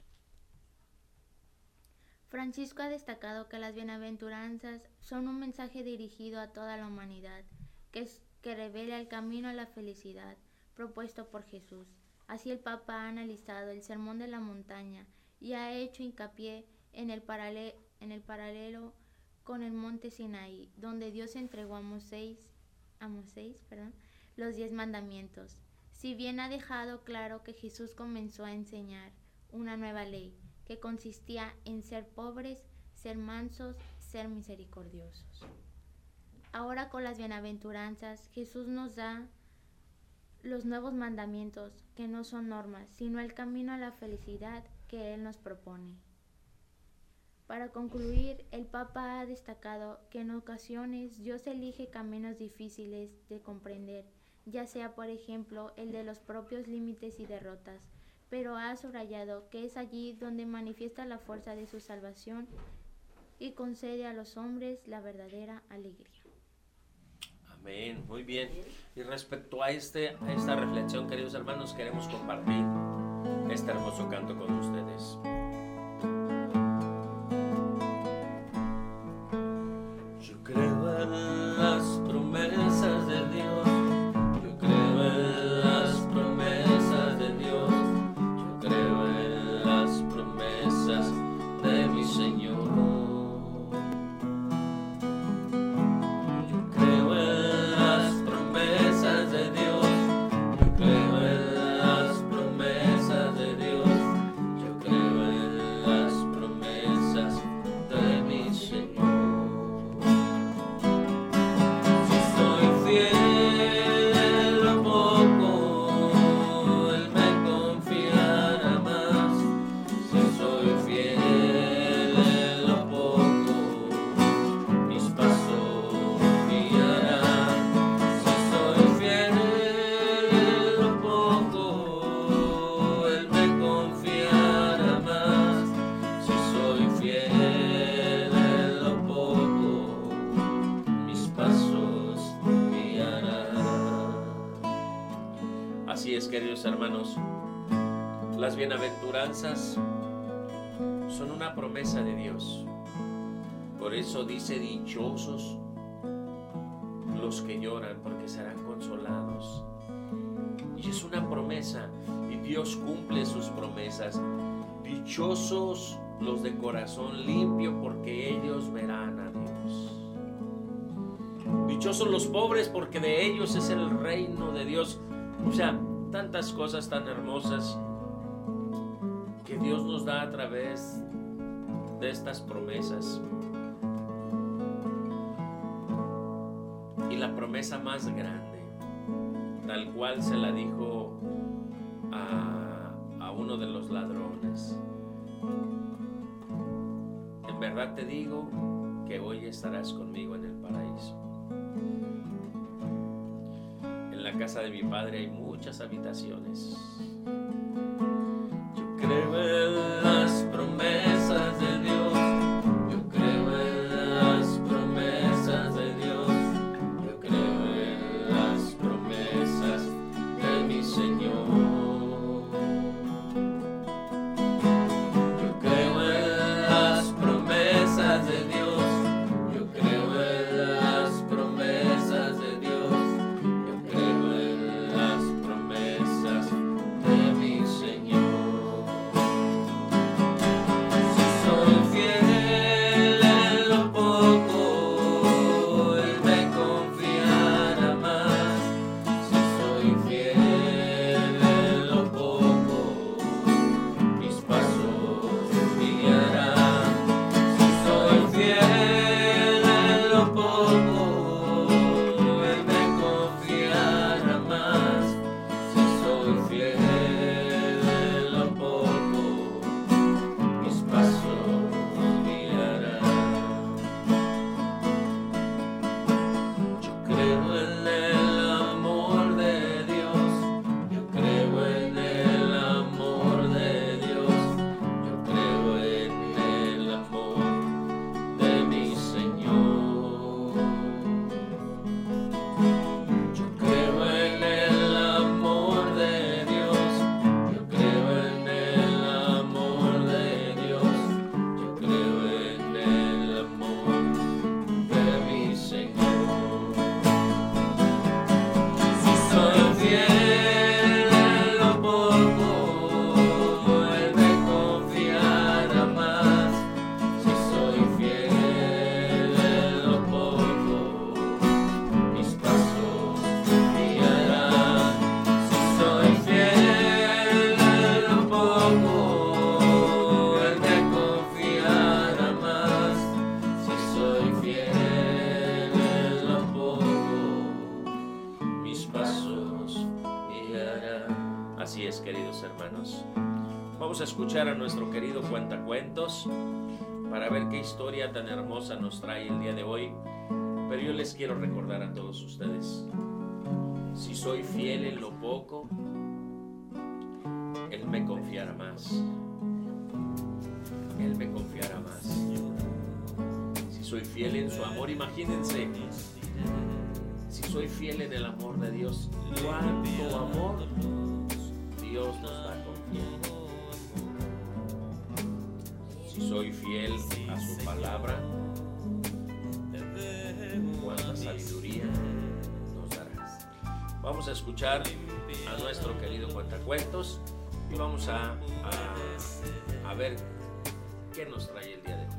Francisco ha destacado que las bienaventuranzas son un mensaje dirigido a toda la humanidad, que, es, que revela el camino a la felicidad propuesto por Jesús. Así el Papa ha analizado el Sermón de la Montaña y ha hecho hincapié en el, paralel, en el paralelo con el monte Sinaí, donde Dios entregó a Moisés, a Moisés perdón, los diez mandamientos. Si bien ha dejado claro que Jesús comenzó a enseñar una nueva ley, que consistía en ser pobres, ser mansos, ser misericordiosos. Ahora con las bienaventuranzas, Jesús nos da los nuevos mandamientos, que no son normas, sino el camino a la felicidad que Él nos propone. Para concluir, el Papa ha destacado que en ocasiones Dios elige caminos difíciles de comprender, ya sea por ejemplo el de los propios límites y derrotas, pero ha subrayado que es allí donde manifiesta la fuerza de su salvación y concede a los hombres la verdadera alegría. Amén, muy bien. Y respecto a, este, a esta reflexión, queridos hermanos, queremos compartir este hermoso canto con ustedes. yo creo en las promesas de Dios, yo creo en las promesas de Dios, yo creo en las promesas de mi Señor. Yo creo en las promesas de Dios, yo creo en las promesas hermanos, las bienaventuranzas son una promesa de Dios. Por eso dice: dichosos los que lloran, porque serán consolados. Y es una promesa, y Dios cumple sus promesas. Dichosos los de corazón limpio, porque ellos verán a Dios. Dichosos los pobres, porque de ellos es el reino de Dios. O sea, tantas cosas tan hermosas que Dios nos da a través de estas promesas. Y la promesa más grande, tal cual se la dijo a, a uno de los ladrones: en verdad te digo que hoy estarás conmigo en el paraíso. En la casa de mi Padre hay muchas habitaciones. Yo creo en las promesas de Dios. Yo creo en las promesas de Dios. Yo creo en las promesas de mi Señor. Yo creo en las promesas de Dios. Yo creo en las promesas de Dios. Yo creo en las promesas de mi Señor. Si soy fiel en lo poco, Él me confiará más. Si soy fiel en lo poco, mis pasos guiarán. Si soy fiel en lo poco, Él me confiará más. Si soy fiel en lo poco, mis pasos guiarán. Yo creo en el amor de Dios. Yo creo en el amor de Dios. Yo creo en el amor de mi Señor. Yo creo en el amor de Dios. Yo creo en el amor de Dios. Yo creo en el amor de mi Señor. Si soy fiel en lo poco, Él me confiará más. Si soy fiel en lo poco, mis pasos guiarán. Si soy fiel en lo poco, Él me confiará más. Si soy fiel en lo poco, mis pasos guiarán. Así es, queridos hermanos. Vamos a escuchar a nuestro querido Cuentacuentos para ver qué historia tan hermosa nos trae el día de hoy. Pero yo les quiero recordar a todos ustedes: si soy fiel en lo poco, Él me confiará más. Él me confiará más. Si soy fiel en su amor, imagínense, si soy fiel en el amor de Dios, cuánto amor Dios nos va a confiar. Si soy fiel a su palabra, cuánta sabiduría nos darás. Vamos a escuchar a nuestro querido Cuentacuentos y vamos a, a, a ver qué nos trae el día de hoy.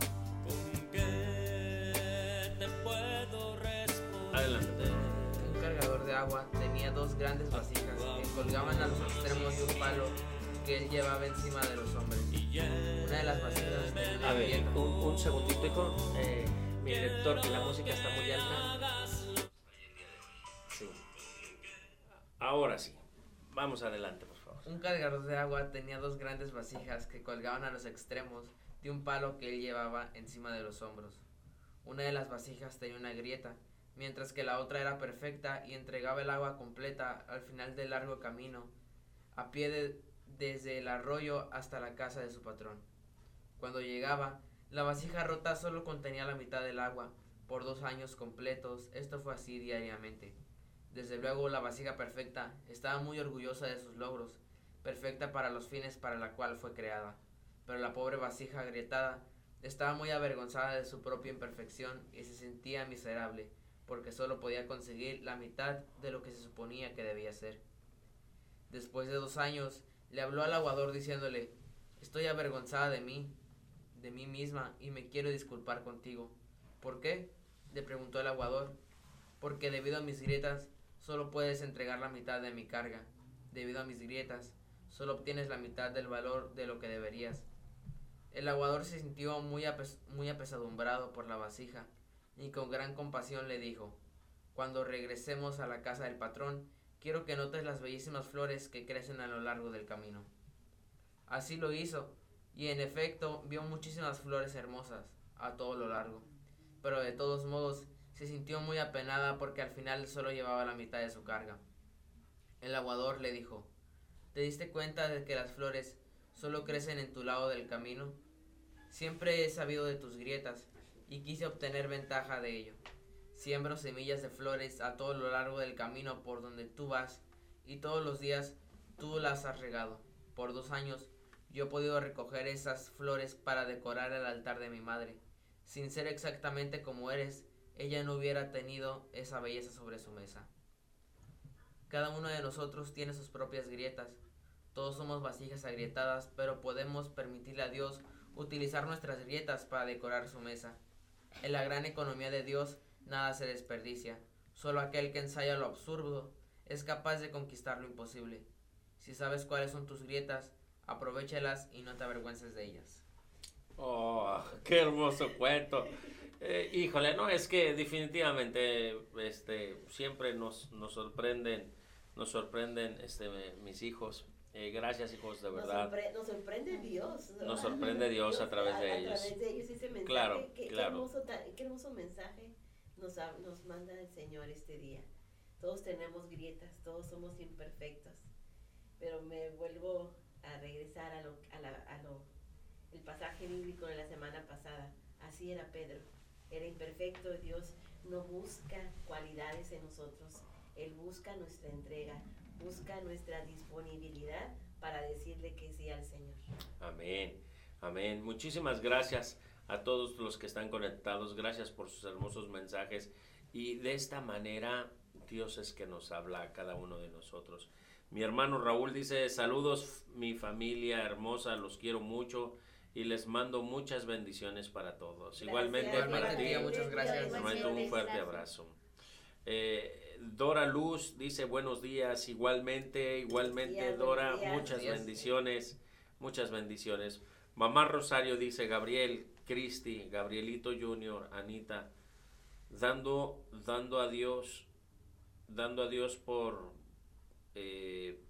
Adelante. Un cargador de agua tenía dos grandes vasijas que colgaban a los extremos de un palo que él llevaba encima de los hombres. Una de las vasijas tenía una A ver, grieta. un, un segundito, hijo. Eh, mi director, que la música está muy alta. Sí. Ahora sí. Vamos adelante, por favor. Un cargador de agua tenía dos grandes vasijas que colgaban a los extremos de un palo que él llevaba encima de los hombros. Una de las vasijas tenía una grieta, mientras que la otra era perfecta y entregaba el agua completa al final del largo camino, a pie de, desde el arroyo hasta la casa de su patrón. Cuando llegaba, la vasija rota solo contenía la mitad del agua. Por dos años completos, esto fue así diariamente. Desde luego la vasija perfecta estaba muy orgullosa de sus logros, perfecta para los fines para la cual fue creada, pero la pobre vasija agrietada estaba muy avergonzada de su propia imperfección y se sentía miserable, porque solo podía conseguir la mitad de lo que se suponía que debía ser. Después de dos años, le habló al aguador diciéndole: «Estoy avergonzada de mí, de mí misma, y me quiero disculpar contigo». «¿Por qué?», le preguntó el aguador. «Porque debido a mis grietas, solo puedes entregar la mitad de mi carga. Debido a mis grietas, solo obtienes la mitad del valor de lo que deberías». El aguador se sintió muy, apes- muy apesadumbrado por la vasija, y con gran compasión le dijo: «Cuando regresemos a la casa del patrón, quiero que notes las bellísimas flores que crecen a lo largo del camino». Así lo hizo, y en efecto vio muchísimas flores hermosas a todo lo largo, pero de todos modos se sintió muy apenada porque al final solo llevaba la mitad de su carga. El aguador le dijo: «¿Te diste cuenta de que las flores solo crecen en tu lado del camino? Siempre he sabido de tus grietas y quise obtener ventaja de ello. Siembro semillas de flores a todo lo largo del camino por donde tú vas, y todos los días tú las has regado. Por dos años yo he podido recoger esas flores para decorar el altar de mi madre. Sin ser exactamente como eres, ella no hubiera tenido esa belleza sobre su mesa». Cada uno de nosotros tiene sus propias grietas. Todos somos vasijas agrietadas, pero podemos permitirle a Dios utilizar nuestras grietas para decorar su mesa. En la gran economía de Dios, nada se desperdicia. Solo aquel que ensaya lo absurdo es capaz de conquistar lo imposible. Si sabes cuáles son tus grietas, aprovéchalas y no te avergüences de ellas. Oh, qué hermoso cuento. Eh, híjole, no, es que definitivamente este, siempre nos, nos sorprenden, nos sorprenden este, mis hijos. Eh, gracias, hijos, de verdad. Nos, sorpre nos sorprende Dios, ¿no? Nos sorprende Dios, Dios a través de a, ellos. A través de ellos, ese mensaje. Claro, qué, claro. Qué hermoso, qué hermoso mensaje nos, nos manda el Señor este día. Todos tenemos grietas, todos somos imperfectos, pero me vuelvo a regresar a lo, a la, a lo, el pasaje bíblico de la semana pasada. Así era Pedro, era imperfecto. Dios no busca cualidades en nosotros, Él busca nuestra entrega, busca nuestra disponibilidad para decirle que sí al Señor. Amén, amén. Muchísimas gracias a todos los que están conectados. Gracias por sus hermosos mensajes. Y de esta manera Dios es que nos habla a cada uno de nosotros. Mi hermano Raúl dice: saludos mi familia hermosa, los quiero mucho y les mando muchas bendiciones para todos. Gracias, Igualmente para ti, tía, muchas gracias. te mando un fuerte abrazo. Eh, Dora Luz dice: buenos días, igualmente, igualmente días, Dora, días. muchas Días. bendiciones, muchas bendiciones. Mamá Rosario dice: Gabriel, Cristi, Gabrielito junior, Anita, dando, dando a Dios, dando a Dios por, eh,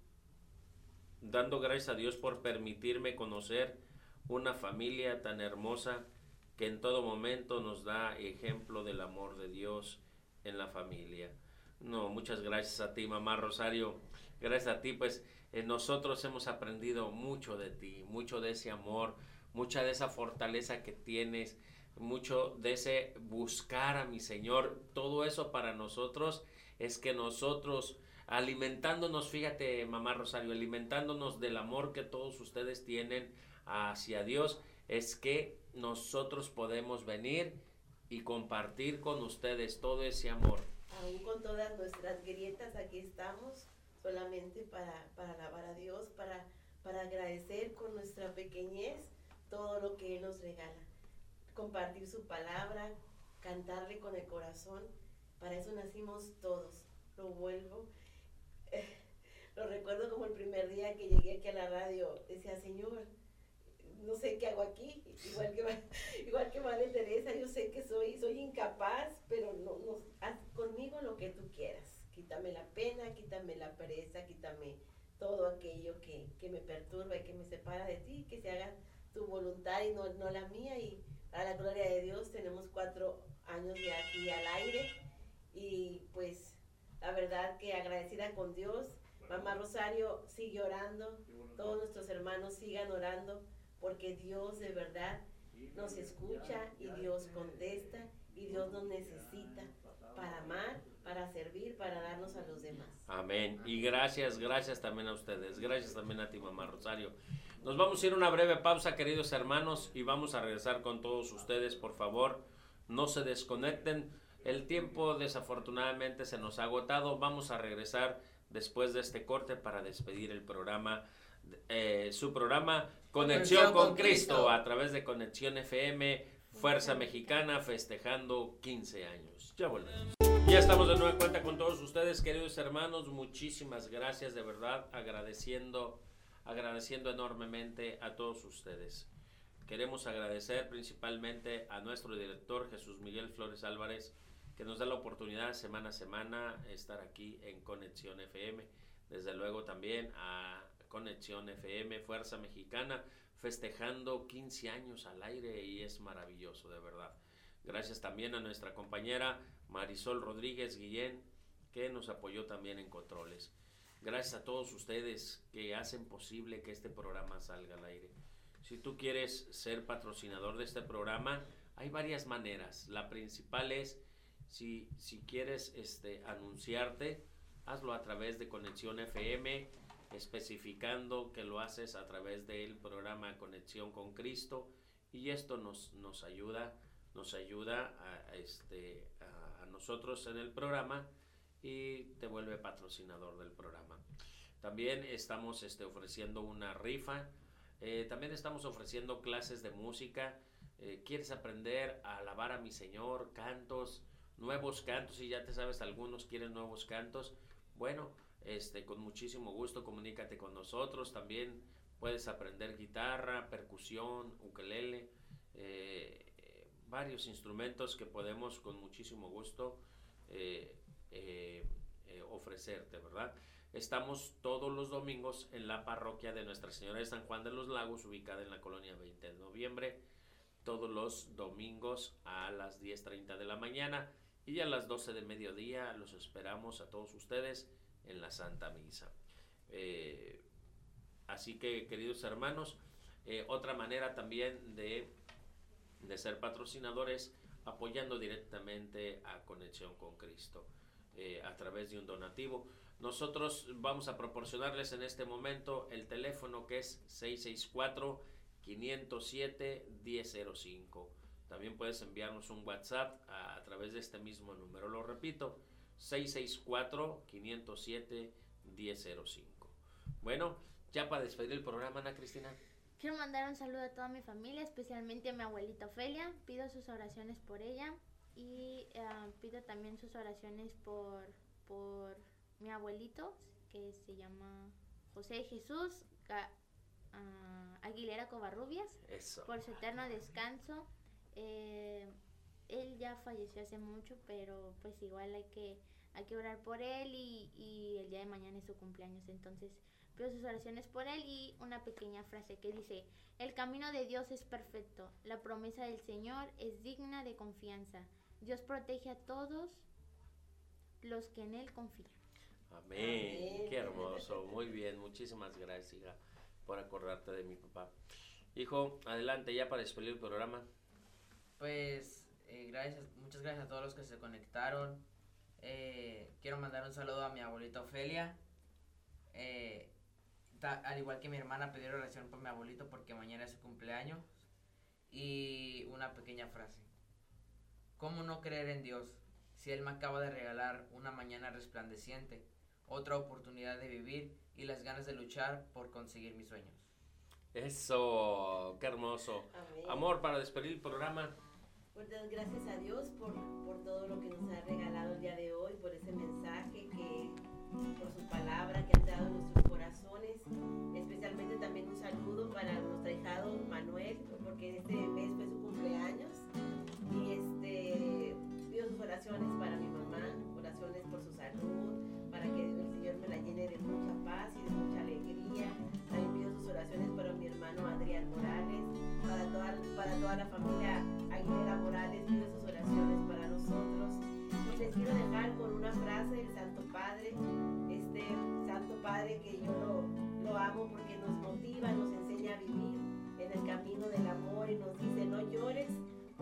dando gracias a Dios por permitirme conocer una familia tan hermosa que en todo momento nos da ejemplo del amor de Dios en la familia. No, muchas gracias a ti, mamá Rosario. Gracias a ti, pues eh, nosotros hemos aprendido mucho de ti, mucho de ese amor, mucha de esa fortaleza que tienes, mucho de ese buscar a mi Señor. Todo eso para nosotros es que nosotros, alimentándonos, fíjate, mamá Rosario, alimentándonos del amor que todos ustedes tienen hacia Dios, es que nosotros podemos venir y compartir con ustedes todo ese amor. Aún con todas nuestras grietas, aquí estamos solamente para, para alabar a Dios, para, para agradecer con nuestra pequeñez todo lo que Él nos regala. Compartir su palabra, cantarle con el corazón, para eso nacimos todos. Lo vuelvo, eh, lo recuerdo como el primer día que llegué aquí a la radio, decía: Señor, no sé qué hago aquí, igual que, igual que María Teresa, yo sé que soy, soy incapaz, pero no, no, haz conmigo lo que tú quieras. Quítame la pena, quítame la pereza, quítame todo aquello que, que me perturba y que me separa de ti, que se haga tu voluntad y no, no la mía. Y para la gloria de Dios tenemos cuatro años de aquí al aire y pues la verdad que agradecida con Dios. Mamá Rosario sigue orando, todos nuestros hermanos sigan orando, porque Dios de verdad nos escucha y Dios contesta y Dios nos necesita para amar, para servir, para darnos a los demás. Amén. Y gracias, gracias también a ustedes. Gracias también a ti, mamá Rosario. Nos vamos a ir a una breve pausa, queridos hermanos, y vamos a regresar con todos ustedes. Por favor, no se desconecten. El tiempo desafortunadamente se nos ha agotado. Vamos a regresar después de este corte para despedir el programa, eh, su programa Conexión con Cristo, a través de Conexión F M, Fuerza Mexicana, festejando quince años. Ya volvemos. Ya estamos de nueva cuenta con todos ustedes, queridos hermanos. Muchísimas gracias, de verdad, agradeciendo, agradeciendo enormemente a todos ustedes. Queremos agradecer principalmente a nuestro director Jesús Miguel Flores Álvarez, que nos da la oportunidad semana a semana estar aquí en Conexión F M. Desde luego también a Conexión F M, Fuerza Mexicana, festejando quince años al aire, y es maravilloso, de verdad. Gracias también a nuestra compañera Marisol Rodríguez Guillén, que nos apoyó también en controles. Gracias a todos ustedes que hacen posible que este programa salga al aire. Si tú quieres ser patrocinador de este programa, hay varias maneras. La principal es, si, si quieres este, anunciarte, hazlo a través de Conexión F M, especificando que lo haces a través del programa Conexión con Cristo, y esto nos, nos ayuda, nos ayuda a, a, este, a, a nosotros en el programa, y te vuelve patrocinador del programa. También estamos este, ofreciendo una rifa. Eh, también estamos ofreciendo clases de música. Eh, ¿Quieres aprender a alabar a mi Señor? Cantos, nuevos cantos, y ya te sabes algunos, quieren nuevos cantos. Bueno, este, con muchísimo gusto comunícate con nosotros. También puedes aprender guitarra, percusión, ukelele, eh, eh, varios instrumentos que podemos con muchísimo gusto eh, eh, eh, ofrecerte, ¿verdad? Estamos todos los domingos en la parroquia de Nuestra Señora de San Juan de los Lagos, ubicada en la colonia veinte de noviembre, todos los domingos a las diez treinta de la mañana, y a las doce de mediodía los esperamos a todos ustedes en la Santa Misa. Eh, así que, queridos hermanos, eh, otra manera también de, de ser patrocinadores, apoyando directamente a Conexión con Cristo, eh, a través de un donativo. Nosotros vamos a proporcionarles en este momento el teléfono, que es seis seis cuatro, cinco cero siete, uno cero cero cinco. También puedes enviarnos un WhatsApp a, a través de este mismo número. Lo repito, seis seis cuatro, cinco cero siete, uno cero cero cinco. Bueno, ya para despedir el programa, Ana Cristina. Quiero mandar un saludo a toda mi familia, especialmente a mi abuelita Ofelia. Pido sus oraciones por ella, y uh, pido también sus oraciones por, por mi abuelito, que se llama José Jesús uh, Aguilera Covarrubias. Eso. Por su eterno descanso. Eh, él ya falleció hace mucho, pero pues igual hay que, hay que orar por él, y, y el día de mañana es su cumpleaños, entonces pido sus oraciones por él. Y una pequeña frase que dice: el camino de Dios es perfecto, la promesa del Señor es digna de confianza, Dios protege a todos los que en Él confían. Amén. Amén. Qué hermoso. Muy bien, muchísimas gracias, hija, por acordarte de mi papá. Hijo, adelante ya para despedir el programa. Pues eh, gracias, muchas gracias a todos los que se conectaron. Eh, quiero mandar un saludo a mi abuelita Ofelia. Eh, ta, al igual que mi hermana, pedir oración por mi abuelito porque mañana es su cumpleaños. Y una pequeña frase: ¿cómo no creer en Dios si Él me acaba de regalar una mañana resplandeciente, otra oportunidad de vivir y las ganas de luchar por conseguir mis sueños? Eso, qué hermoso. Amén. Amor, para despedir el programa. Pues gracias a Dios por, por todo lo que nos ha regalado el día de hoy, por ese mensaje, que por su palabra que ha entrado en nuestros corazones. Especialmente también un saludo para nuestro ahijado Manuel, porque este mes fue su cumpleaños. Y este pido sus oraciones para mi mamá, oraciones por su salud, para que el Señor me la llene de mucha paz y de mucha alegría. También pido sus oraciones para mi hermano Adrián Morales, para toda, para toda la familia Aguilera Morales. Pido sus oraciones para nosotros. Y les quiero dejar con una frase del Santo Padre, este Santo Padre que yo lo, lo amo porque nos motiva, nos enseña a vivir en el camino del amor, y nos dice: no llores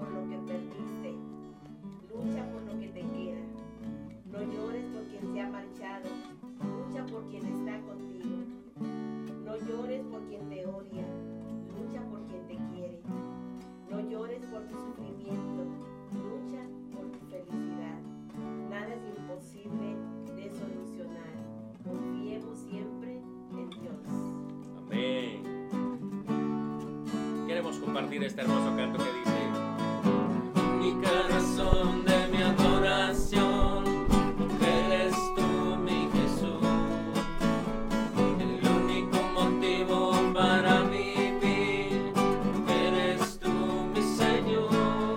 compartir este hermoso canto que dice: única razón de mi adoración, eres tú, mi Jesús, el único motivo para vivir, eres tú, mi Señor.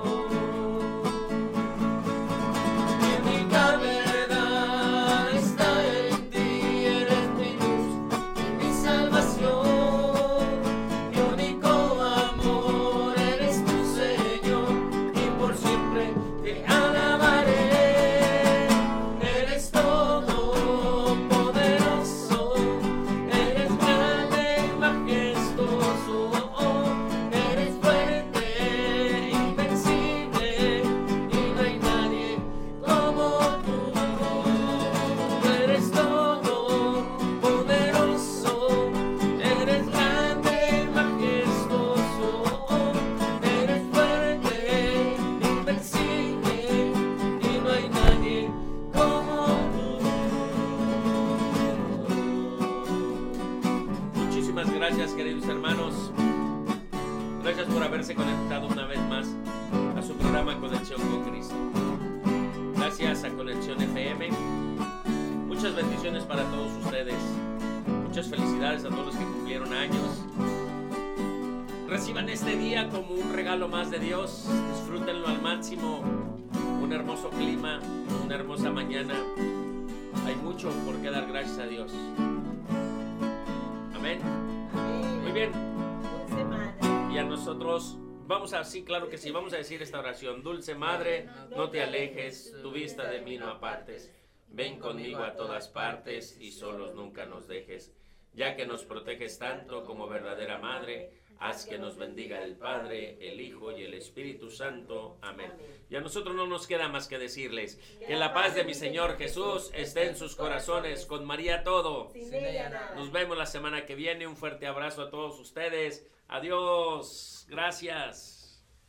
Mi única verdad está en ti, eres mi luz y mi salvación, mi único amor, eres tú, Señor, y por siempre te alabaré. Eres todo poderoso, eres grande y majestuoso, eres fuerte, invencible, y no hay nadie como tú. Eres todo poderoso, eres grande y majestuoso, eres fuerte, invencible, y no hay nadie como tú. Muchísimas gracias, queridos hermanos. Gracias por haberse conectado una vez más a su programa Conexión con Cristo. Gracias a Conexión F M. Muchas bendiciones para todos ustedes. Muchas felicidades a todos los que cumplieron años. Reciban este día como un regalo más de Dios. Disfrútenlo al máximo. Un hermoso clima, una hermosa mañana. Hay mucho por qué dar gracias a Dios. Amén. Amén. Muy bien. Dulce Madre. Y a nosotros vamos a, sí, claro que sí, vamos a decir esta oración. Dulce Madre, no te alejes, tu vista de mí no apartes. Ven conmigo a todas partes y solos nunca nos dejes. Ya que nos proteges tanto como verdadera Madre, haz que nos bendiga el Padre, el Hijo y el Espíritu Santo. Amén. Y a nosotros no nos queda más que decirles que la paz de mi Señor Jesús esté en sus corazones, con María todo. Sin ella nada. Nos vemos la semana que viene. Un fuerte abrazo a todos ustedes. Adiós. Gracias.